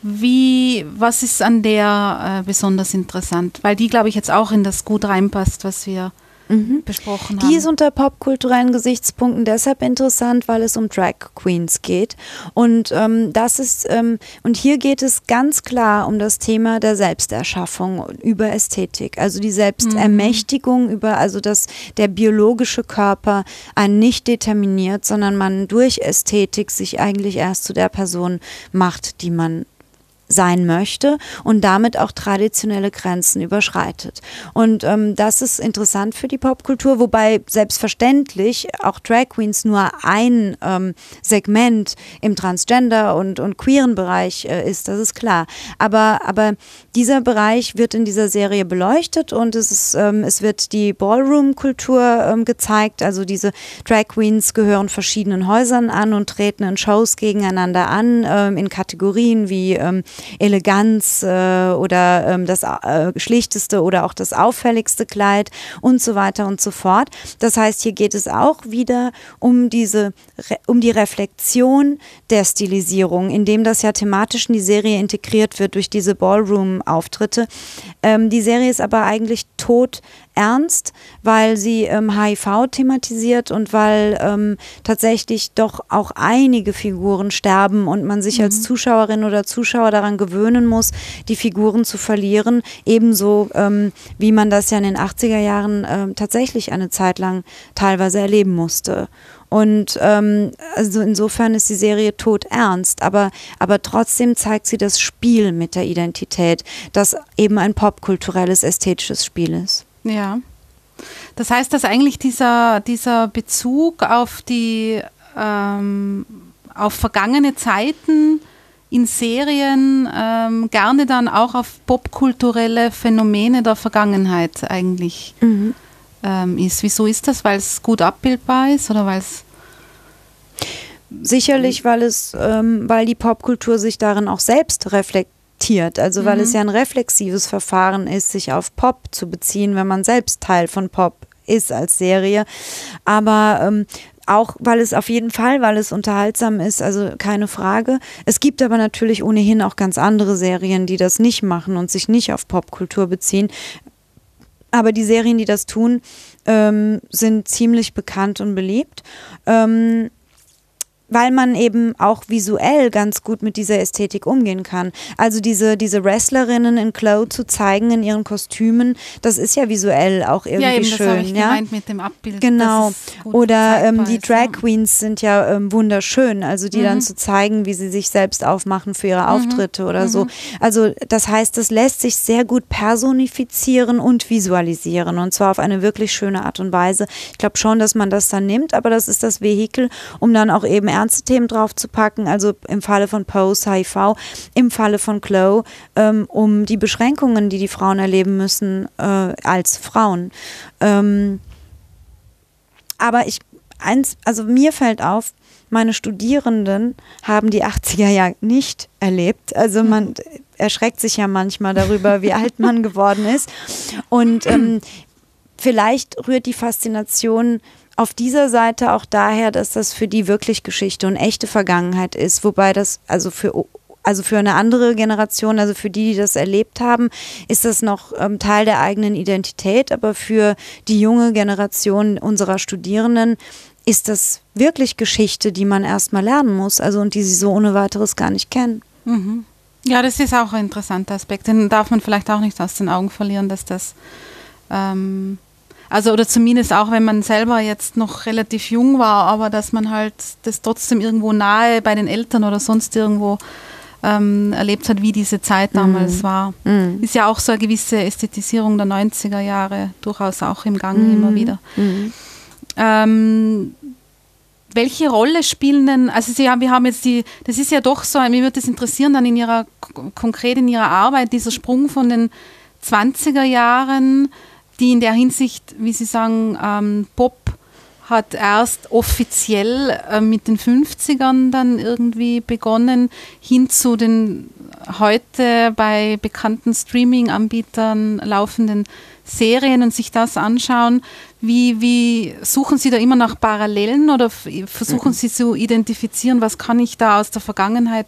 Wie, was ist an der äh, besonders interessant? Weil die, glaube ich, jetzt auch in das gut reinpasst, was wir Mhm. besprochen haben. Die ist unter popkulturellen Gesichtspunkten deshalb interessant, weil es um Drag Queens geht. Und ähm, das ist, ähm, und hier geht es ganz klar um das Thema der Selbsterschaffung über Ästhetik. Also die Selbstermächtigung mhm. über, also dass der biologische Körper einen nicht determiniert, sondern man durch Ästhetik sich eigentlich erst zu der Person macht, die man sein möchte und damit auch traditionelle Grenzen überschreitet. Und ähm, das ist interessant für die Popkultur, wobei selbstverständlich auch Drag Queens nur ein ähm, Segment im Transgender- und, und queeren Bereich äh, ist, das ist klar. Aber, aber dieser Bereich wird in dieser Serie beleuchtet und es, ist, ähm, es wird die Ballroom-Kultur ähm, gezeigt, also diese Drag Queens gehören verschiedenen Häusern an und treten in Shows gegeneinander an, ähm, in Kategorien wie ähm, Eleganz äh, oder ähm, das äh, schlichteste oder auch das auffälligste Kleid und so weiter und so fort. Das heißt, hier geht es auch wieder um diese, um die Reflexion der Stilisierung, indem das ja thematisch in die Serie integriert wird durch diese Ballroom-Auftritte. Ähm, die Serie ist aber eigentlich tot ernst, weil sie ähm, H I V thematisiert und weil ähm, tatsächlich doch auch einige Figuren sterben und man sich mhm. als Zuschauerin oder Zuschauer daran gewöhnen muss, die Figuren zu verlieren, ebenso ähm, wie man das ja in den achtziger Jahren ähm, tatsächlich eine Zeit lang teilweise erleben musste. Und ähm, also insofern ist die Serie todernst, aber, aber trotzdem zeigt sie das Spiel mit der Identität, das eben ein popkulturelles, ästhetisches Spiel ist. Ja, das heißt, dass eigentlich dieser, dieser Bezug auf die ähm, auf vergangene Zeiten in Serien ähm, gerne dann auch auf popkulturelle Phänomene der Vergangenheit eigentlich mhm. ähm, ist. Wieso ist das? Weil es gut abbildbar ist oder weil es sicherlich, weil es, ähm, weil die Popkultur sich darin auch selbst reflektiert. Also weil mhm. es ja ein reflexives Verfahren ist, sich auf Pop zu beziehen, wenn man selbst Teil von Pop ist als Serie. Aber ähm, auch weil es auf jeden Fall, weil es unterhaltsam ist, also keine Frage. Es gibt aber natürlich ohnehin auch ganz andere Serien, die das nicht machen und sich nicht auf Popkultur beziehen. Aber die Serien, die das tun, ähm, sind ziemlich bekannt und beliebt. Ähm, weil man eben auch visuell ganz gut mit dieser Ästhetik umgehen kann. Also diese, diese Wrestlerinnen in Glow zu zeigen in ihren Kostümen, das ist ja visuell auch irgendwie ja, eben, schön. Das habe ich ja? gemeint mit dem Abbild. Genau. Oder ähm, die ist, Drag ja. Queens sind ja ähm, wunderschön, also die mhm. dann zu zeigen, wie sie sich selbst aufmachen für ihre Auftritte mhm. oder mhm. so. Also das heißt, das lässt sich sehr gut personifizieren und visualisieren und zwar auf eine wirklich schöne Art und Weise. Ich glaube schon, dass man das dann nimmt, aber das ist das Vehikel, um dann auch eben ernste Themen drauf zu packen, also im Falle von Pose, H I V, im Falle von Glow, ähm, um die Beschränkungen, die die Frauen erleben müssen äh, als Frauen. Ähm, aber ich, eins, also mir fällt auf, meine Studierenden haben die achtziger ja nicht erlebt. Also man erschreckt sich ja manchmal darüber, wie alt man geworden ist. Und ähm, vielleicht rührt die Faszination auf dieser Seite auch daher, dass das für die wirklich Geschichte und echte Vergangenheit ist, wobei das also für Also für eine andere Generation, also für die, die das erlebt haben, ist das noch ähm, Teil der eigenen Identität. Aber für die junge Generation unserer Studierenden ist das wirklich Geschichte, die man erstmal lernen muss, also und die sie so ohne weiteres gar nicht kennen. Mhm. Ja, das ist auch ein interessanter Aspekt. Den darf man vielleicht auch nicht aus den Augen verlieren, dass das, ähm, also oder zumindest auch, wenn man selber jetzt noch relativ jung war, aber dass man halt das trotzdem irgendwo nahe bei den Eltern oder sonst irgendwo Ähm, erlebt hat, wie diese Zeit damals mm. war. Mm. Ist ja auch so eine gewisse Ästhetisierung der neunziger Jahre durchaus auch im Gange mm. immer wieder. Mm. Ähm, welche Rolle spielen denn, also Sie haben, wir haben jetzt die, das ist ja doch so, mir würde das interessieren dann in Ihrer, konkret in Ihrer Arbeit, dieser Sprung von den zwanziger Jahren, die in der Hinsicht, wie Sie sagen, ähm, Pop hat erst offiziell äh, mit den fünfzigern dann irgendwie begonnen, hin zu den heute bei bekannten Streaming-Anbietern laufenden Serien und sich das anschauen. Wie, wie suchen Sie da immer nach Parallelen oder f- versuchen mhm. Sie zu identifizieren, was kann ich da aus der Vergangenheit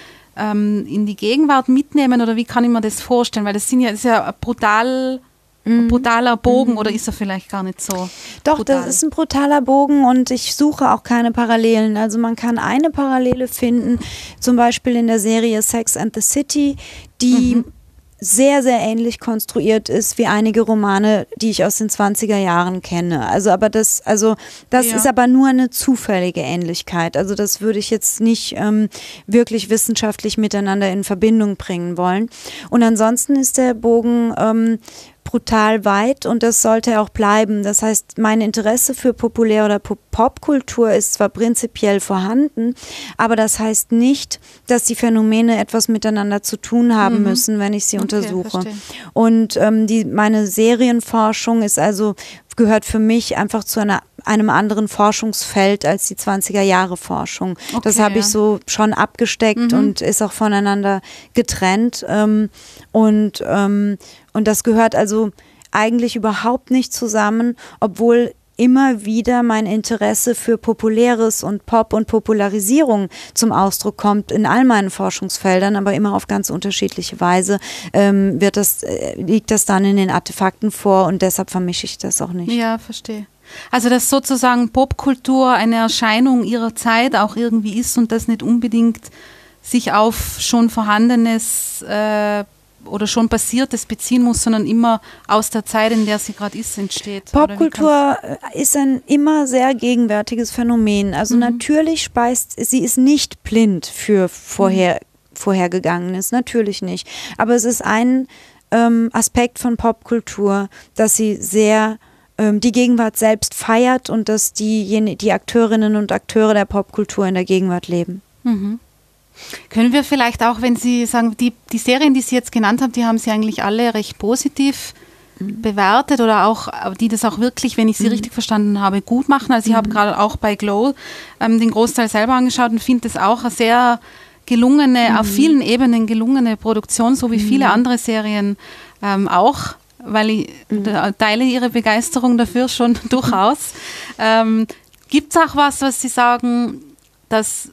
ähm, in die Gegenwart mitnehmen oder wie kann ich mir das vorstellen? Weil das sind ja, das ist ja brutal... Ein brutaler Bogen mhm. oder ist er vielleicht gar nicht so Doch, brutal? Das ist ein brutaler Bogen und ich suche auch keine Parallelen. Also man kann eine Parallele finden, zum Beispiel in der Serie Sex and the City, die mhm. sehr, sehr ähnlich konstruiert ist wie einige Romane, die ich aus den zwanziger Jahren kenne. Also aber das, also das ja. ist aber nur eine zufällige Ähnlichkeit. Also das würde ich jetzt nicht ähm, wirklich wissenschaftlich miteinander in Verbindung bringen wollen. Und ansonsten ist der Bogen ähm, brutal weit und das sollte auch bleiben. Das heißt, mein Interesse für Populär- oder Popkultur ist zwar prinzipiell vorhanden, aber das heißt nicht, dass die Phänomene etwas miteinander zu tun haben mhm. müssen, wenn ich sie okay, untersuche. Verstehe. Und ähm, die, meine Serienforschung ist also, gehört für mich einfach zu einer einem anderen Forschungsfeld als die zwanziger Jahre Forschung. Okay, das habe ich so schon abgesteckt mhm. und ist auch voneinander getrennt. Ähm, und, ähm, und das gehört also eigentlich überhaupt nicht zusammen, obwohl immer wieder mein Interesse für Populäres und Pop und Popularisierung zum Ausdruck kommt in all meinen Forschungsfeldern, aber immer auf ganz unterschiedliche Weise ähm, wird das, äh, liegt das dann in den Artefakten vor und deshalb vermische ich das auch nicht. Ja, verstehe. Also dass sozusagen Popkultur eine Erscheinung ihrer Zeit auch irgendwie ist und das nicht unbedingt sich auf schon Vorhandenes äh, oder schon Passiertes beziehen muss, sondern immer aus der Zeit, in der sie gerade ist, entsteht. Popkultur ist ein immer sehr gegenwärtiges Phänomen. Also mhm. natürlich speist, sie ist nicht blind für vorher, mhm. Vorhergegangenes, natürlich nicht. Aber es ist ein ähm, Aspekt von Popkultur, dass sie sehr ähm, die Gegenwart selbst feiert und dass die, die Akteurinnen und Akteure der Popkultur in der Gegenwart leben. Mhm. Können wir vielleicht auch, wenn Sie sagen, die, die Serien, die Sie jetzt genannt haben, die haben Sie eigentlich alle recht positiv mhm. bewertet oder auch, die das auch wirklich, wenn ich Sie mhm. richtig verstanden habe, gut machen. Also ich mhm. habe gerade auch bei Glow ähm, den Großteil selber angeschaut und finde das auch eine sehr gelungene, mhm. auf vielen Ebenen gelungene Produktion, so wie mhm. viele andere Serien ähm, auch, weil ich mhm. teile Ihre Begeisterung dafür schon durchaus. Ähm, gibt es auch was, was Sie sagen, dass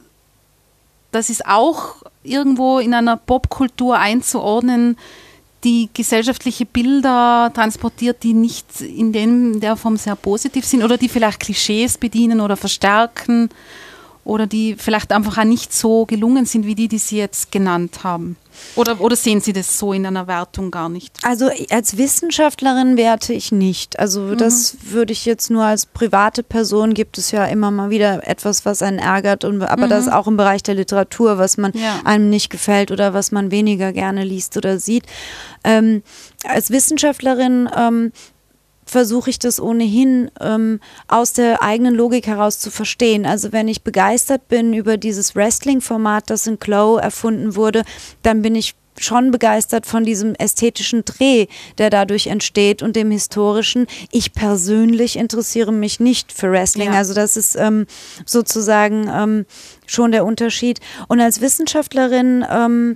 das ist auch irgendwo in einer Popkultur einzuordnen, die gesellschaftliche Bilder transportiert, die nicht in, dem, in der Form sehr positiv sind oder die vielleicht Klischees bedienen oder verstärken oder die vielleicht einfach auch nicht so gelungen sind wie die, die Sie jetzt genannt haben. Oder, oder sehen Sie das so in einer Wertung gar nicht? Also als Wissenschaftlerin werte ich nicht. Also mhm. das würde ich jetzt nur als private Person, gibt es ja immer mal wieder etwas, was einen ärgert. Und, aber mhm. das ist auch im Bereich der Literatur, was man ja. einem nicht gefällt oder was man weniger gerne liest oder sieht. Ähm, als Wissenschaftlerin ähm, versuche ich das ohnehin ähm, aus der eigenen Logik heraus zu verstehen. Also wenn ich begeistert bin über dieses Wrestling-Format, das in Glow erfunden wurde, dann bin ich schon begeistert von diesem ästhetischen Dreh, der dadurch entsteht und dem historischen. Ich persönlich interessiere mich nicht für Wrestling. Ja. Also das ist ähm, sozusagen ähm, schon der Unterschied. Und als Wissenschaftlerin ähm,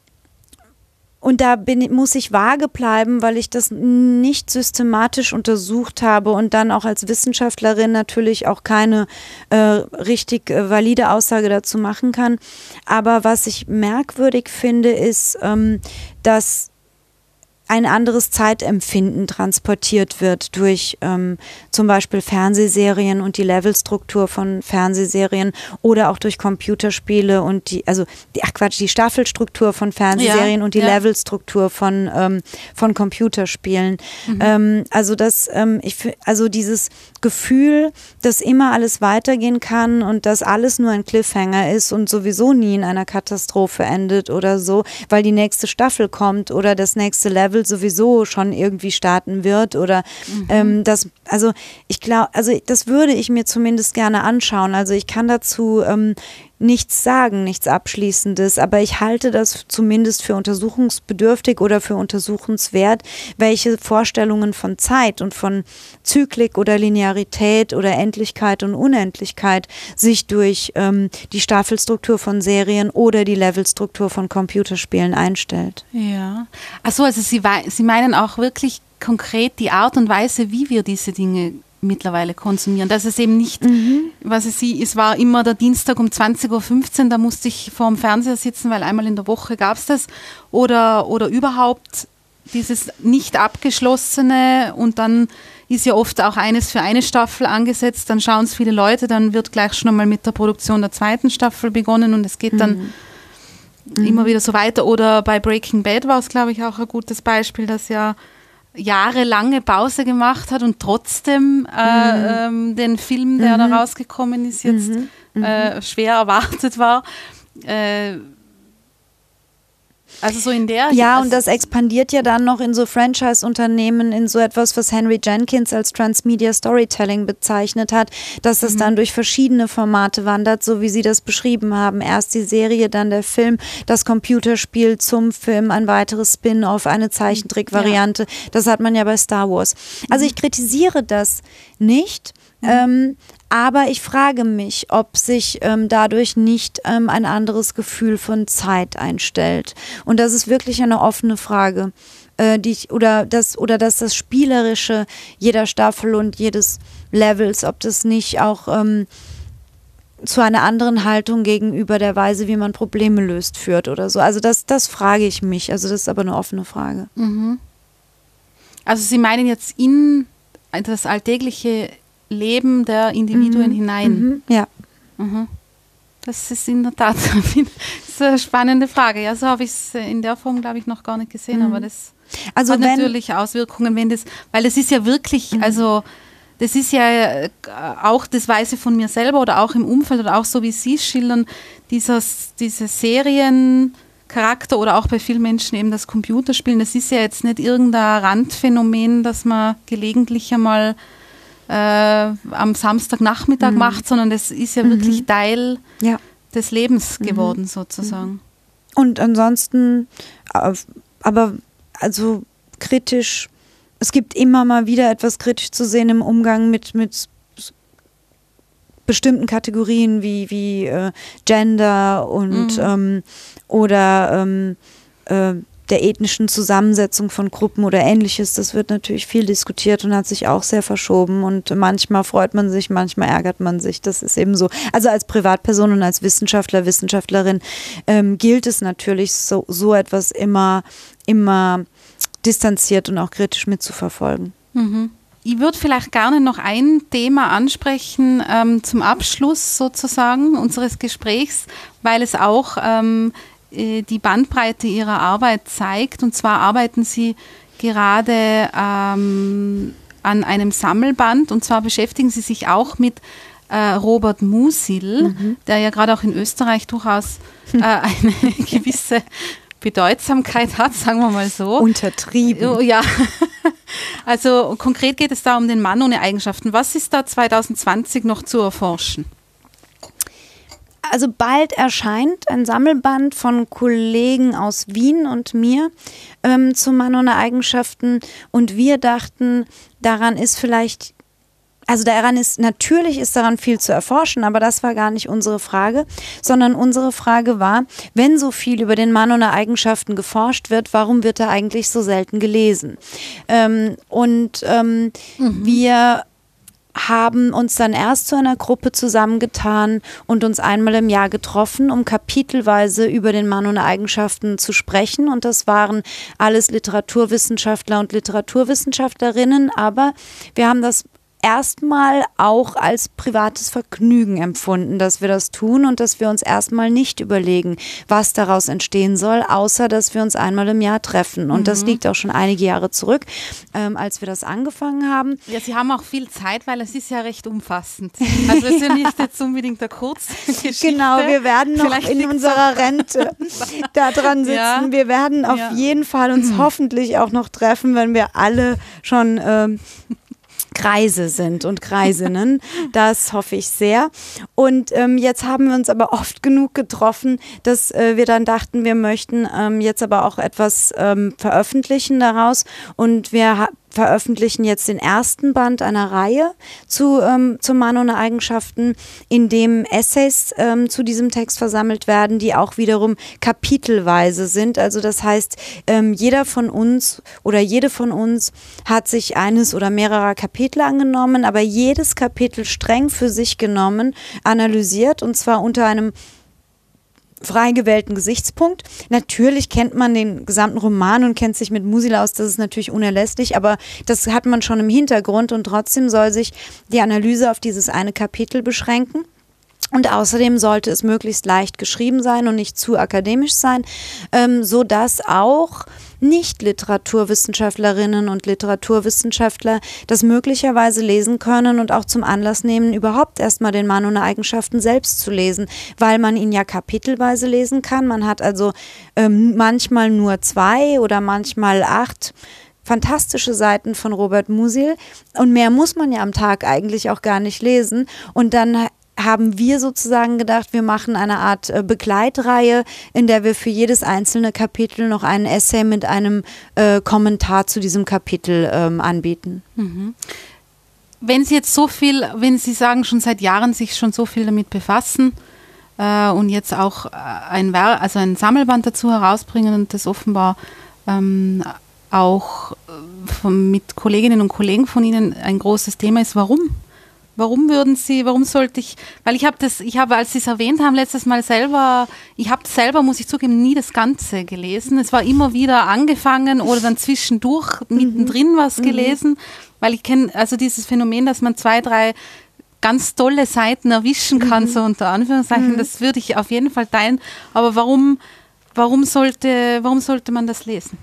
und da bin, muss ich vage bleiben, weil ich das nicht systematisch untersucht habe und dann auch als Wissenschaftlerin natürlich auch keine äh, richtig äh, valide Aussage dazu machen kann. Aber was ich merkwürdig finde, ist, ähm, dass ein anderes Zeitempfinden transportiert wird durch ähm, zum Beispiel Fernsehserien und die Levelstruktur von Fernsehserien oder auch durch Computerspiele und die, also die, ach Quatsch, die Staffelstruktur von Fernsehserien ja, und die ja. Levelstruktur von, ähm, von Computerspielen. Mhm. Ähm, also das, ähm, ich, also dieses Gefühl, dass immer alles weitergehen kann und dass alles nur ein Cliffhanger ist und sowieso nie in einer Katastrophe endet oder so, weil die nächste Staffel kommt oder das nächste Level sowieso schon irgendwie starten wird oder mhm. ähm, das, also ich glaube, also das würde ich mir zumindest gerne anschauen. Also ich kann dazu ähm, nichts sagen, nichts Abschließendes, aber ich halte das zumindest für untersuchungsbedürftig oder für untersuchenswert, welche Vorstellungen von Zeit und von Zyklik oder Linearität oder Endlichkeit und Unendlichkeit sich durch ähm, die Staffelstruktur von Serien oder die Levelstruktur von Computerspielen einstellt. Ja, achso, also Sie, Sie meinen auch wirklich konkret die Art und Weise, wie wir diese Dinge mittlerweile konsumieren. Das ist eben nicht, mhm. was es sie, es war immer der Dienstag um zwanzig Uhr fünfzehn, da musste ich vor dem Fernseher sitzen, weil einmal in der Woche gab es das. Oder, oder überhaupt dieses nicht abgeschlossene und dann ist ja oft auch eines für eine Staffel angesetzt, dann schauen es viele Leute, dann wird gleich schon einmal mit der Produktion der zweiten Staffel begonnen und es geht dann mhm. immer wieder so weiter. Oder bei Breaking Bad war es, glaube ich, auch ein gutes Beispiel, dass ja jahrelange Pause gemacht hat und trotzdem äh, mhm. ähm, den Film, der mhm. da rausgekommen ist, jetzt mhm. äh, schwer erwartet war. Äh, also so in der... Ja, also und das expandiert ja dann noch in so Franchise-Unternehmen, in so etwas, was Henry Jenkins als Transmedia Storytelling bezeichnet hat, dass es mhm. dann durch verschiedene Formate wandert, so wie Sie das beschrieben haben. Erst die Serie, dann der Film, das Computerspiel zum Film, ein weiteres Spin-off, eine Zeichentrick-Variante. Ja. Das hat man ja bei Star Wars. Also ich kritisiere das nicht, mhm. ähm, aber ich frage mich, ob sich ähm, dadurch nicht ähm, ein anderes Gefühl von Zeit einstellt. Und das ist wirklich eine offene Frage, äh, die ich, oder das oder dass das Spielerische jeder Staffel und jedes Levels, ob das nicht auch ähm, zu einer anderen Haltung gegenüber der Weise, wie man Probleme löst, führt oder so. Also das, das frage ich mich. Also das ist aber eine offene Frage. Mhm. Also Sie meinen jetzt in das alltägliche Leben der Individuen mhm. hinein. Mhm. Ja. Mhm. Das ist in der Tat das ist eine spannende Frage. Ja, so habe ich es in der Form, glaube ich, noch gar nicht gesehen, mhm. aber das also hat wenn, natürlich Auswirkungen, wenn das, weil es ist ja wirklich, mhm. also das ist ja auch, das weiß ich von mir selber oder auch im Umfeld oder auch so, wie Sie es schildern, dieses, diese Seriencharakter oder auch bei vielen Menschen eben das Computerspielen, das ist ja jetzt nicht irgendein Randphänomen, das man gelegentlich einmal Äh, am Samstagnachmittag mhm. macht, sondern das ist ja mhm. wirklich Teil ja. des Lebens geworden, mhm. sozusagen. Und ansonsten, aber also kritisch, es gibt immer mal wieder etwas kritisch zu sehen im Umgang mit, mit bestimmten Kategorien wie, wie äh, Gender und mhm. ähm, oder ähm, äh, der ethnischen Zusammensetzung von Gruppen oder Ähnliches, das wird natürlich viel diskutiert und hat sich auch sehr verschoben und manchmal freut man sich, manchmal ärgert man sich, das ist eben so. Also als Privatperson und als Wissenschaftler, Wissenschaftlerin ähm, gilt es natürlich, so, so etwas immer, immer distanziert und auch kritisch mitzuverfolgen. Mhm. Ich würde vielleicht gerne noch ein Thema ansprechen ähm, zum Abschluss sozusagen unseres Gesprächs, weil es auch ähm, die Bandbreite ihrer Arbeit zeigt. Und zwar arbeiten Sie gerade ähm, an einem Sammelband und zwar beschäftigen Sie sich auch mit äh, Robert Musil, mhm. der ja gerade auch in Österreich durchaus äh, eine gewisse Bedeutsamkeit hat, sagen wir mal so. Untertrieben. Ja, also konkret geht es da um den Mann ohne Eigenschaften. Was ist da zwanzig zwanzig noch zu erforschen? also bald erscheint ein Sammelband von Kollegen aus Wien und mir ähm, zu Mann ohne Eigenschaften und wir dachten, daran ist vielleicht, also daran ist, natürlich ist daran viel zu erforschen, aber das war gar nicht unsere Frage, sondern unsere Frage war, wenn so viel über den Mann ohne Eigenschaften geforscht wird, warum wird er eigentlich so selten gelesen? Ähm, und ähm, mhm. wir haben uns dann erst zu einer Gruppe zusammengetan und uns einmal im Jahr getroffen, um kapitelweise über den Mann ohne Eigenschaften zu sprechen. Und das waren alles Literaturwissenschaftler und Literaturwissenschaftlerinnen, aber wir haben das erstmal auch als privates Vergnügen empfunden, dass wir das tun und dass wir uns erstmal nicht überlegen, was daraus entstehen soll, außer dass wir uns einmal im Jahr treffen. Und mhm. das liegt auch schon einige Jahre zurück, ähm, als wir das angefangen haben. Ja, Sie haben auch viel Zeit, weil es ist ja recht umfassend. Also es ist ja nicht jetzt unbedingt der Kurzgeschichte. Genau, wir werden noch Vielleicht in unserer Rente da dran sitzen. Ja. Wir werden auf ja. jeden Fall uns mhm. hoffentlich auch noch treffen, wenn wir alle schon ähm, Kreise sind und Kreisinnen, das hoffe ich sehr. Und ähm, jetzt haben wir uns aber oft genug getroffen, dass äh, wir dann dachten, wir möchten ähm, jetzt aber auch etwas ähm, veröffentlichen daraus und wir ha- veröffentlichen jetzt den ersten Band einer Reihe zu, ähm, zum Mann ohne Eigenschaften, in dem Essays ähm, zu diesem Text versammelt werden, die auch wiederum kapitelweise sind. Also das heißt, ähm, jeder von uns oder jede von uns hat sich eines oder mehrerer Kapitel angenommen, aber jedes Kapitel streng für sich genommen, analysiert und zwar unter einem frei gewählten Gesichtspunkt. Natürlich kennt man den gesamten Roman und kennt sich mit Musil aus, das ist natürlich unerlässlich, aber das hat man schon im Hintergrund und trotzdem soll sich die Analyse auf dieses eine Kapitel beschränken. Und außerdem sollte es möglichst leicht geschrieben sein und nicht zu akademisch sein, ähm, sodass auch Nicht-Literaturwissenschaftlerinnen und Literaturwissenschaftler das möglicherweise lesen können und auch zum Anlass nehmen, überhaupt erstmal den Mann ohne Eigenschaften selbst zu lesen, weil man ihn ja kapitelweise lesen kann. Man hat also ähm, manchmal nur zwei oder manchmal acht fantastische Seiten von Robert Musil und mehr muss man ja am Tag eigentlich auch gar nicht lesen und dann haben wir sozusagen gedacht, wir machen eine Art äh, Begleitreihe, in der wir für jedes einzelne Kapitel noch einen Essay mit einem äh, Kommentar zu diesem Kapitel ähm, anbieten. Mhm. Wenn Sie jetzt so viel, wenn Sie sagen, schon seit Jahren sich schon so viel damit befassen äh, und jetzt auch ein, also ein Sammelband dazu herausbringen und das offenbar ähm, auch von, mit Kolleginnen und Kollegen von Ihnen ein großes Thema ist, warum? Warum würden Sie, warum sollte ich, weil ich habe das, ich habe, als Sie es erwähnt haben, letztes Mal selber, ich habe selber, muss ich zugeben, nie das Ganze gelesen. Es war immer wieder angefangen oder dann zwischendurch mhm. mittendrin was gelesen, mhm. weil ich kenne, also dieses Phänomen, dass man zwei, drei ganz tolle Seiten erwischen kann, mhm. so unter Anführungszeichen, mhm. das würde ich auf jeden Fall teilen. Aber warum, warum sollte, warum sollte man das lesen?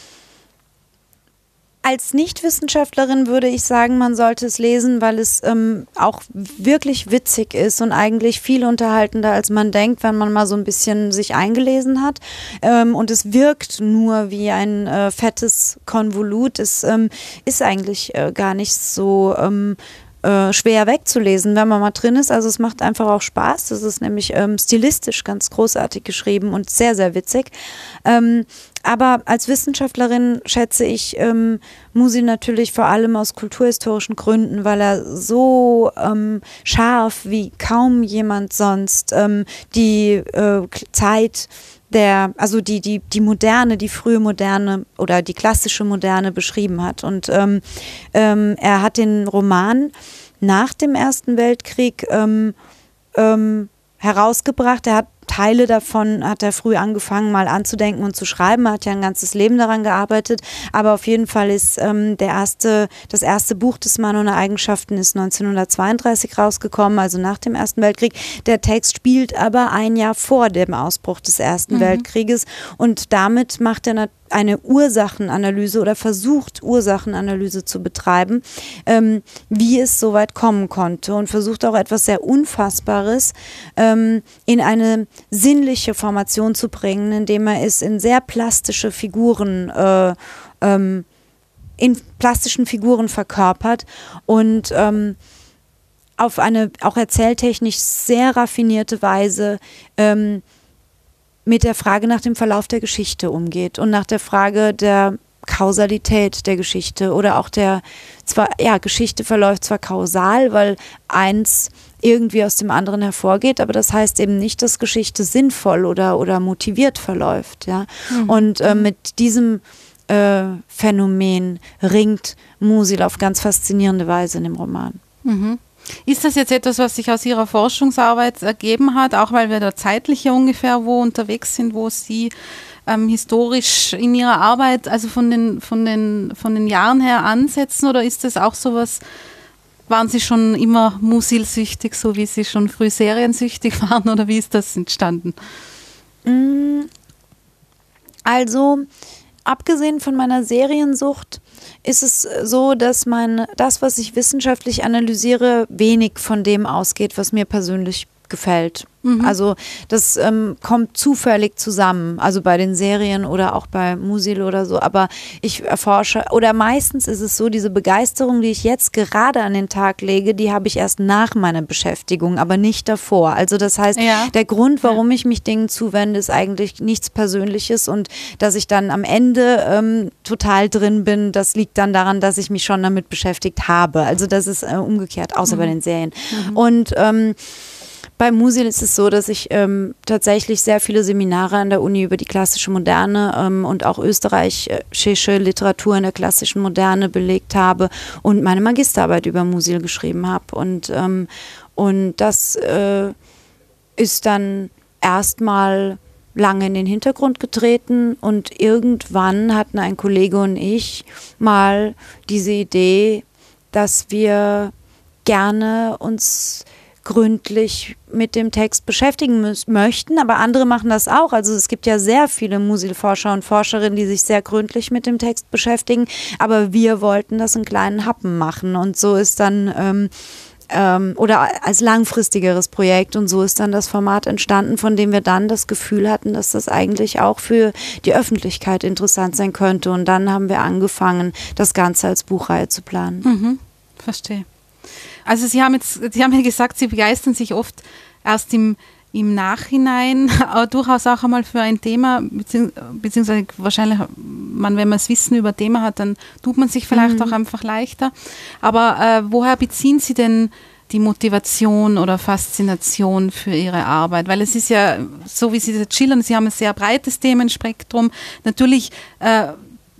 Als Nichtwissenschaftlerin würde ich sagen, man sollte es lesen, weil es ähm, auch wirklich witzig ist und eigentlich viel unterhaltender, als man denkt, wenn man mal so ein bisschen sich eingelesen hat. Ähm, und es wirkt nur wie ein äh, fettes Konvolut. Es ähm, ist eigentlich äh, gar nicht so ähm, äh, schwer wegzulesen, wenn man mal drin ist. Also es macht einfach auch Spaß. Das ist nämlich ähm, stilistisch ganz großartig geschrieben und sehr, sehr witzig. Ähm, Aber als Wissenschaftlerin schätze ich ähm, Musil natürlich vor allem aus kulturhistorischen Gründen, weil er so ähm, scharf wie kaum jemand sonst ähm, die äh, Zeit der, also die, die, die moderne, die frühe Moderne oder die klassische Moderne beschrieben hat. Und ähm, ähm, er hat den Roman nach dem Ersten Weltkrieg ähm, ähm, herausgebracht. Er hat Teile davon hat er früh angefangen, mal anzudenken und zu schreiben. Er hat ja ein ganzes Leben daran gearbeitet. Aber auf jeden Fall ist ähm, der erste, das erste Buch des Mann ohne Eigenschaften ist neunzehnhundertzweiunddreißig rausgekommen, also nach dem Ersten Weltkrieg. Der Text spielt aber ein Jahr vor dem Ausbruch des Ersten mhm. Weltkrieges. Und damit macht er natürlich eine Ursachenanalyse oder versucht, Ursachenanalyse zu betreiben, ähm, wie es so weit kommen konnte und versucht auch etwas sehr Unfassbares ähm, in eine sinnliche Formation zu bringen, indem er es in sehr plastische Figuren äh, ähm, in plastischen Figuren verkörpert und ähm, auf eine auch erzähltechnisch sehr raffinierte Weise ähm, mit der Frage nach dem Verlauf der Geschichte umgeht und nach der Frage der Kausalität der Geschichte oder auch der, zwar, ja, Geschichte verläuft zwar kausal, weil eins irgendwie aus dem anderen hervorgeht, aber das heißt eben nicht, dass Geschichte sinnvoll oder, oder motiviert verläuft, ja. Mhm. Und äh, mit diesem äh, Phänomen ringt Musil auf ganz faszinierende Weise in dem Roman. Mhm. Ist das jetzt etwas, was sich aus Ihrer Forschungsarbeit ergeben hat, auch weil wir da zeitlich ja ungefähr wo unterwegs sind, wo Sie ähm, historisch in Ihrer Arbeit, also von den, von den, von den Jahren her ansetzen, oder ist das auch sowas, waren Sie schon immer musilsüchtig, so wie Sie schon früh seriensüchtig waren, oder wie ist das entstanden? Also, abgesehen von meiner Seriensucht ist es so, dass mein, das, was ich wissenschaftlich analysiere, wenig von dem ausgeht, was mir persönlich gefällt. Mhm. Also das ähm, kommt zufällig zusammen, also bei den Serien oder auch bei Musil oder so, aber ich erforsche, oder meistens ist es so, diese Begeisterung, die ich jetzt gerade an den Tag lege, die habe ich erst nach meiner Beschäftigung, aber nicht davor. Also das heißt, ja. der Grund, warum ja. ich mich Dingen zuwende, ist eigentlich nichts Persönliches, und dass ich dann am Ende ähm, total drin bin, das liegt dann daran, dass ich mich schon damit beschäftigt habe. Also das ist äh, umgekehrt, außer mhm. bei den Serien. Mhm. Und ähm, bei Musil ist es so, dass ich ähm, tatsächlich sehr viele Seminare an der Uni über die klassische Moderne ähm, und auch österreichische Literatur in der klassischen Moderne belegt habe und meine Magisterarbeit über Musil geschrieben habe. Und, ähm, und das äh, ist dann erstmal lange in den Hintergrund getreten, und irgendwann hatten ein Kollege und ich mal diese Idee, dass wir gerne uns gründlich mit dem Text beschäftigen mü- möchten, aber andere machen das auch. Also es gibt ja sehr viele Musil-Forscher und Forscherinnen, die sich sehr gründlich mit dem Text beschäftigen, aber wir wollten das in kleinen Happen machen, und so ist dann ähm, ähm, oder als langfristigeres Projekt, und so ist dann das Format entstanden, von dem wir dann das Gefühl hatten, dass das eigentlich auch für die Öffentlichkeit interessant sein könnte, und dann haben wir angefangen, das Ganze als Buchreihe zu planen. Mhm, verstehe. Also Sie haben jetzt, Sie haben ja gesagt, Sie begeistern sich oft erst im, im Nachhinein, aber durchaus auch einmal für ein Thema, beziehungs- beziehungsweise wahrscheinlich, man, wenn man das Wissen über ein Thema hat, dann tut man sich vielleicht mhm. auch einfach leichter. Aber äh, woher beziehen Sie denn die Motivation oder Faszination für Ihre Arbeit? Weil es ist ja, so wie Sie das schildern, Sie haben ein sehr breites Themenspektrum. Natürlich äh,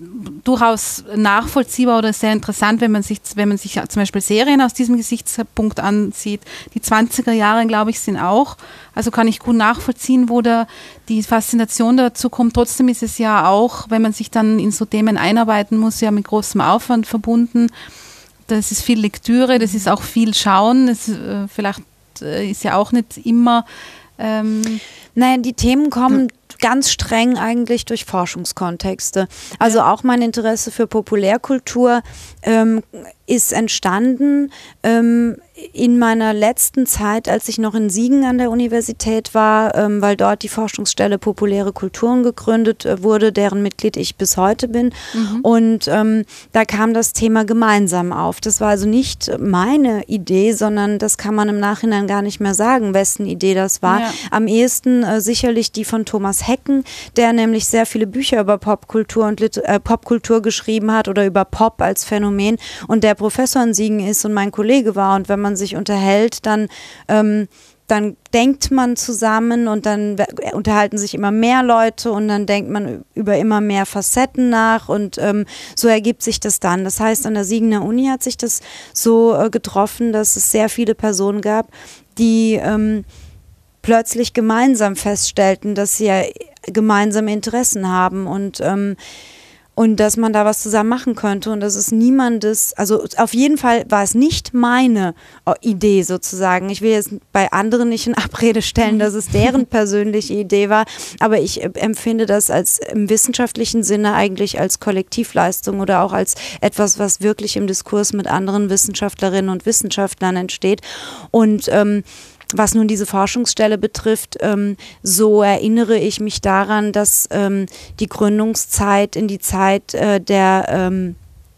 durchaus nachvollziehbar oder sehr interessant, wenn man sich, wenn man sich zum Beispiel Serien aus diesem Gesichtspunkt ansieht. Die zwanziger Jahre, glaube ich, sind auch, also kann ich gut nachvollziehen, wo da die Faszination dazu kommt. Trotzdem ist es ja auch, wenn man sich dann in so Themen einarbeiten muss, ja mit großem Aufwand verbunden. Das ist viel Lektüre, das ist auch viel Schauen. Das äh, vielleicht äh, ist ja auch nicht immer ähm, Naja, die Themen kommen ganz streng eigentlich durch Forschungskontexte. Also ja. auch mein Interesse für Populärkultur ähm, ist entstanden ähm, in meiner letzten Zeit, als ich noch in Siegen an der Universität war, ähm, weil dort die Forschungsstelle Populäre Kulturen gegründet äh, wurde, deren Mitglied ich bis heute bin. Mhm. Und ähm, da kam das Thema gemeinsam auf. Das war also nicht meine Idee, sondern das kann man im Nachhinein gar nicht mehr sagen, wessen Idee das war. Ja. Am ehesten äh, sicherlich die von Thomas Hecken, der nämlich sehr viele Bücher über Popkultur und Lit- äh, Popkultur geschrieben hat oder über Pop als Phänomen, und der Professor in Siegen ist und mein Kollege war. Und wenn man sich unterhält, dann ähm, dann denkt man zusammen, und dann unterhalten sich immer mehr Leute, und dann denkt man über immer mehr Facetten nach, und ähm, so ergibt sich das dann. Das heißt, an der Siegener Uni hat sich das so äh, getroffen, dass es sehr viele Personen gab, die ähm, plötzlich gemeinsam feststellten, dass sie ja gemeinsame Interessen haben, und ähm, und dass man da was zusammen machen könnte, und dass es niemandes, also auf jeden Fall war es nicht meine Idee sozusagen. Ich will jetzt bei anderen nicht in Abrede stellen, dass es deren persönliche Idee war, aber ich empfinde das als im wissenschaftlichen Sinne eigentlich als Kollektivleistung oder auch als etwas, was wirklich im Diskurs mit anderen Wissenschaftlerinnen und Wissenschaftlern entsteht. Und ähm, was nun diese Forschungsstelle betrifft, ähm, so erinnere ich mich daran, dass ähm, die Gründungszeit in die Zeit äh, der, ähm,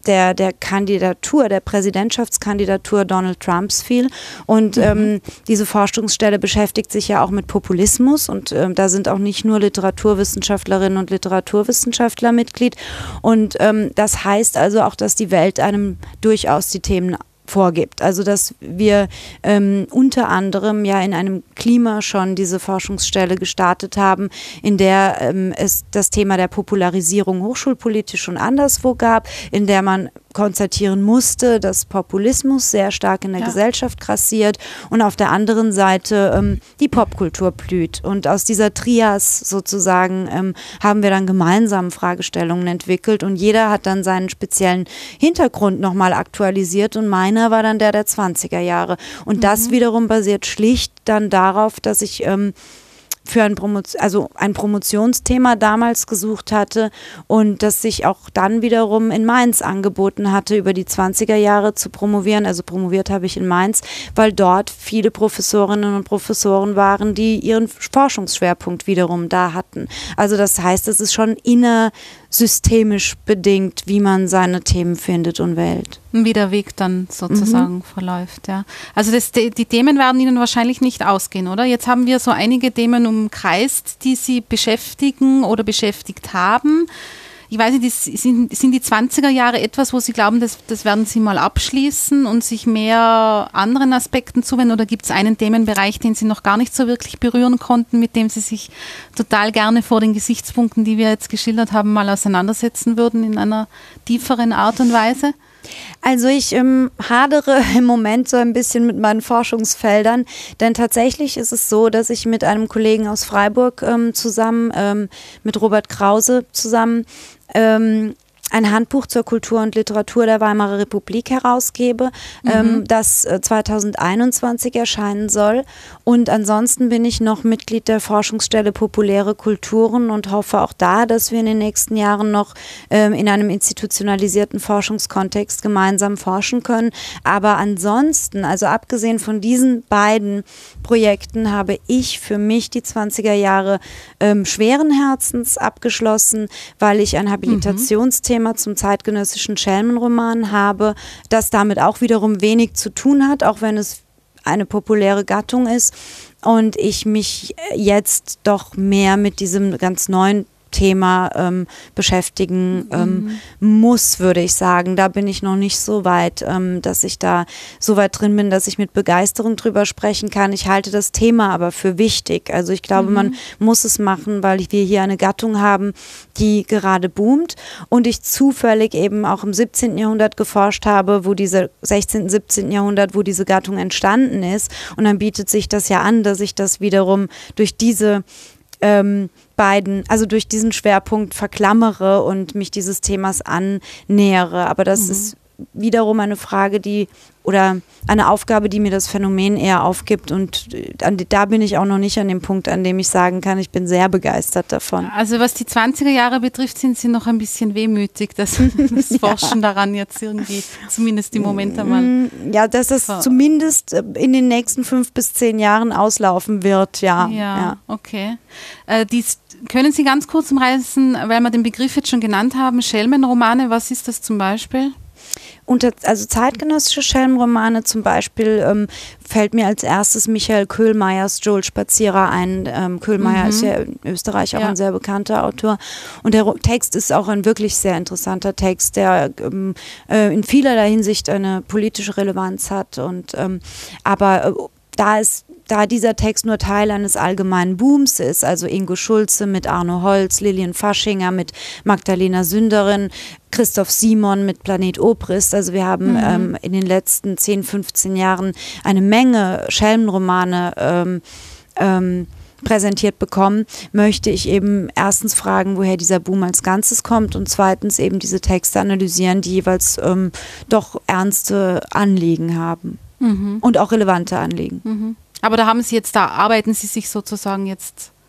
der, der Kandidatur, der Präsidentschaftskandidatur Donald Trumps fiel. Und mhm. ähm, diese Forschungsstelle beschäftigt sich ja auch mit Populismus und ähm, da sind auch nicht nur Literaturwissenschaftlerinnen und Literaturwissenschaftler Mitglied. Und ähm, das heißt also auch, dass die Welt einem durchaus die Themen vorgibt. Also dass wir ähm, unter anderem ja in einem Klima schon diese Forschungsstelle gestartet haben, in der ähm, es das Thema der Popularisierung hochschulpolitisch und anderswo gab, in der man konstatieren musste, dass Populismus sehr stark in der ja. Gesellschaft grassiert und auf der anderen Seite ähm, die Popkultur blüht. Und aus dieser Trias sozusagen ähm, haben wir dann gemeinsam Fragestellungen entwickelt und jeder hat dann seinen speziellen Hintergrund nochmal aktualisiert und meiner war dann der der zwanziger Jahre. Und mhm. das wiederum basiert schlicht dann darauf, dass ich ähm, für ein, Promotion, also ein Promotionsthema damals gesucht hatte und das sich auch dann wiederum in Mainz angeboten hatte, über die zwanziger Jahre zu promovieren. Also promoviert habe ich in Mainz, weil dort viele Professorinnen und Professoren waren, die ihren Forschungsschwerpunkt wiederum da hatten. Also das heißt, es ist schon innersystemisch bedingt, wie man seine Themen findet und wählt. Wie der Weg dann sozusagen mhm. verläuft, ja. Also das, die, die Themen werden Ihnen wahrscheinlich nicht ausgehen, oder? Jetzt haben wir so einige Themen umkreist, die Sie beschäftigen oder beschäftigt haben. Ich weiß nicht, sind, sind die zwanziger Jahre etwas, wo Sie glauben, das, das werden Sie mal abschließen und sich mehr anderen Aspekten zuwenden? Oder gibt es einen Themenbereich, den Sie noch gar nicht so wirklich berühren konnten, mit dem Sie sich total gerne vor den Gesichtspunkten, die wir jetzt geschildert haben, mal auseinandersetzen würden in einer tieferen Art und Weise? Also ich ähm, hadere im Moment so ein bisschen mit meinen Forschungsfeldern, denn tatsächlich ist es so, dass ich mit einem Kollegen aus Freiburg ähm, zusammen, ähm, mit Robert Krause zusammen, ähm, ein Handbuch zur Kultur und Literatur der Weimarer Republik herausgebe, mhm. ähm, das äh, zweitausendeinundzwanzig erscheinen soll. Und ansonsten bin ich noch Mitglied der Forschungsstelle Populäre Kulturen und hoffe auch da, dass wir in den nächsten Jahren noch ähm, in einem institutionalisierten Forschungskontext gemeinsam forschen können. Aber ansonsten, also abgesehen von diesen beiden Projekten, habe ich für mich die zwanziger Jahre ähm, schweren Herzens abgeschlossen, weil ich ein Habilitationsthema mhm. zum zeitgenössischen Schelmenroman habe, das damit auch wiederum wenig zu tun hat, auch wenn es eine populäre Gattung ist und ich mich jetzt doch mehr mit diesem ganz neuen Thema ähm, beschäftigen ähm, mhm. muss, würde ich sagen. Da bin ich noch nicht so weit, ähm, dass ich da so weit drin bin, dass ich mit Begeisterung drüber sprechen kann. Ich halte das Thema aber für wichtig. Also ich glaube, mhm. man muss es machen, weil wir hier eine Gattung haben, die gerade boomt und ich zufällig eben auch im siebzehnten Jahrhundert geforscht habe, wo diese sechzehnten, siebzehnten Jahrhundert, wo diese Gattung entstanden ist und dann bietet sich das ja an, dass ich das wiederum durch diese ähm, beiden, also durch diesen Schwerpunkt verklammere und mich dieses Themas annähere. Aber das mhm. ist wiederum eine Frage, die oder eine Aufgabe, die mir das Phänomen eher aufgibt und an, da bin ich auch noch nicht an dem Punkt, an dem ich sagen kann, ich bin sehr begeistert davon. Also was die zwanziger Jahre betrifft, sind Sie noch ein bisschen wehmütig, dass das Forschen ja. daran jetzt irgendwie zumindest im Moment einmal... Ja, dass das ver- zumindest in den nächsten fünf bis zehn Jahren auslaufen wird, ja. Ja, ja. okay. Äh, dies, können Sie ganz kurz umreißen, weil wir den Begriff jetzt schon genannt haben, Schelmenromane, was ist das zum Beispiel? Unter, also zeitgenössische Schelmenromane zum Beispiel ähm, fällt mir als erstes Michael Köhlmeiers Joel Spazierer ein. Ähm, Köhlmeier mhm. ist ja in Österreich auch ja. ein sehr bekannter Autor und der Text ist auch ein wirklich sehr interessanter Text, der ähm, äh, in vielerlei Hinsicht eine politische Relevanz hat und ähm, aber äh, da ist Da dieser Text nur Teil eines allgemeinen Booms ist, also Ingo Schulze mit Arno Holz, Lilian Faschinger mit Magdalena Sünderin, Christoph Simon mit Planet Obrist, also wir haben mhm. ähm, in den letzten zehn, fünfzehn Jahren eine Menge Schelmenromane ähm, ähm, präsentiert bekommen, möchte ich eben erstens fragen, woher dieser Boom als Ganzes kommt und zweitens eben diese Texte analysieren, die jeweils ähm, doch ernste Anliegen haben mhm. und auch relevante Anliegen. Mhm. Aber da haben Sie jetzt, da arbeiten Sie sich sozusagen jetzt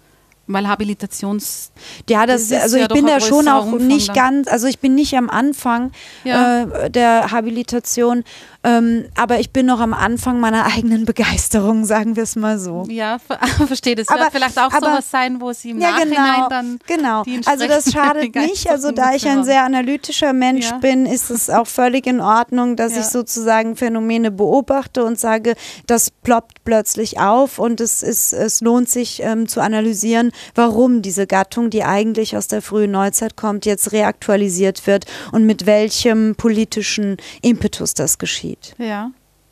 Weil Habilitations... Ja, das, das also ja ich bin da schon auch Umfang nicht dann. ganz, also ich bin nicht am Anfang ja. äh, der Habilitation, ähm, aber ich bin noch am Anfang meiner eigenen Begeisterung, sagen wir es mal so. Ja, ver verstehe. Das aber, wird vielleicht auch aber, sowas sein, wo Sie im ja, Nachhinein genau, dann genau. die Also das schadet nicht, also da ich ein sehr analytischer Mensch ja. bin, ist es auch völlig in Ordnung, dass ja. ich sozusagen Phänomene beobachte und sage, das ploppt plötzlich auf und es, ist, es lohnt sich ähm, zu analysieren, warum diese Gattung, die eigentlich aus der frühen Neuzeit kommt, jetzt reaktualisiert wird und mit welchem politischen Impetus das geschieht. Ja.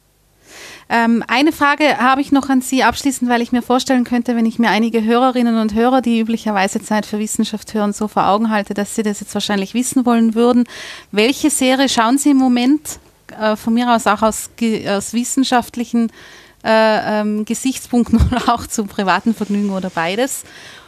Ähm, eine Frage habe ich noch an Sie abschließend, weil ich mir vorstellen könnte, wenn ich mir einige Hörerinnen und Hörer, die üblicherweise Zeit für Wissenschaft hören, so vor Augen halte, dass sie das jetzt wahrscheinlich wissen wollen würden. Welche Serie schauen Sie im Moment, äh, von mir aus auch aus, aus wissenschaftlichen äh, ähm, Gesichtspunkten oder auch zum privaten Vergnügen oder beides?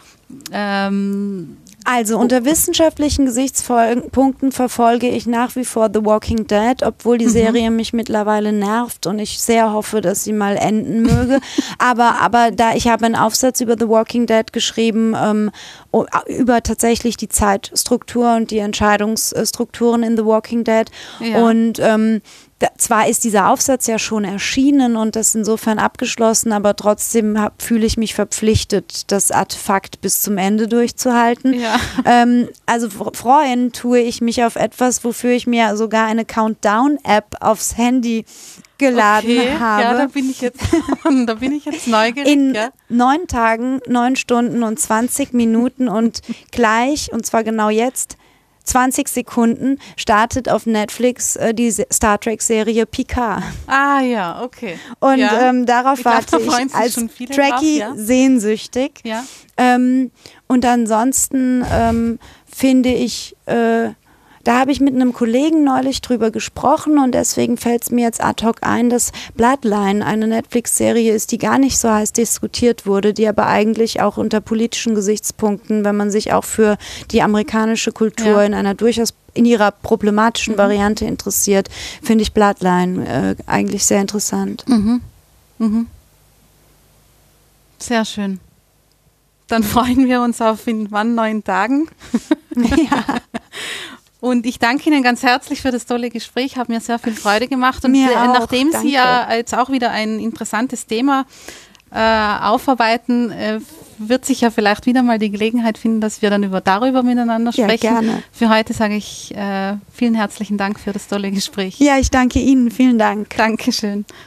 Ähm, Also unter wissenschaftlichen Gesichtspunkten verfolge ich nach wie vor The Walking Dead, obwohl die mhm. Serie mich mittlerweile nervt und ich sehr hoffe, dass sie mal enden möge. aber, aber da ich habe einen Aufsatz über The Walking Dead geschrieben, ähm, über tatsächlich die Zeitstruktur und die Entscheidungsstrukturen in The Walking Dead. Ja. Und ähm, Da, zwar ist dieser Aufsatz ja schon erschienen und das insofern abgeschlossen, aber trotzdem hab, fühle ich mich verpflichtet, das Artefakt bis zum Ende durchzuhalten. Ja. Ähm, also freuen tue ich mich auf etwas, wofür ich mir sogar eine Countdown-App aufs Handy geladen okay, habe. Ja, da bin ich jetzt, da bin ich jetzt neugierig. In ja. neun Tagen, neun Stunden und zwanzig Minuten und gleich, und zwar genau jetzt, zwanzig Sekunden startet auf Netflix äh, die Star Trek-Serie Picard. Ah ja, okay. Und ja. ähm, darauf ich glaub, warte da ich als Trekkie drauf, ja? sehnsüchtig. Ja. Ähm, und ansonsten ähm, finde ich, äh, da habe ich mit einem Kollegen neulich drüber gesprochen und deswegen fällt es mir jetzt ad hoc ein, dass Bloodline eine Netflix-Serie ist, die gar nicht so heiß diskutiert wurde, die aber eigentlich auch unter politischen Gesichtspunkten, wenn man sich auch für die amerikanische Kultur ja. in einer durchaus in ihrer problematischen mhm. Variante interessiert, finde ich Bloodline äh, eigentlich sehr interessant. Mhm. Mhm. Sehr schön. Dann freuen wir uns auf in wann neun Tagen. Ja. Und ich danke Ihnen ganz herzlich für das tolle Gespräch, hat mir sehr viel Freude gemacht. Und mir äh, auch, nachdem danke. Sie ja jetzt auch wieder ein interessantes Thema äh, aufarbeiten, äh, wird sich ja vielleicht wieder mal die Gelegenheit finden, dass wir dann über darüber miteinander sprechen. Ja, gerne. Für heute sage ich äh, vielen herzlichen Dank für das tolle Gespräch. Ja, ich danke Ihnen. Vielen Dank. Dankeschön.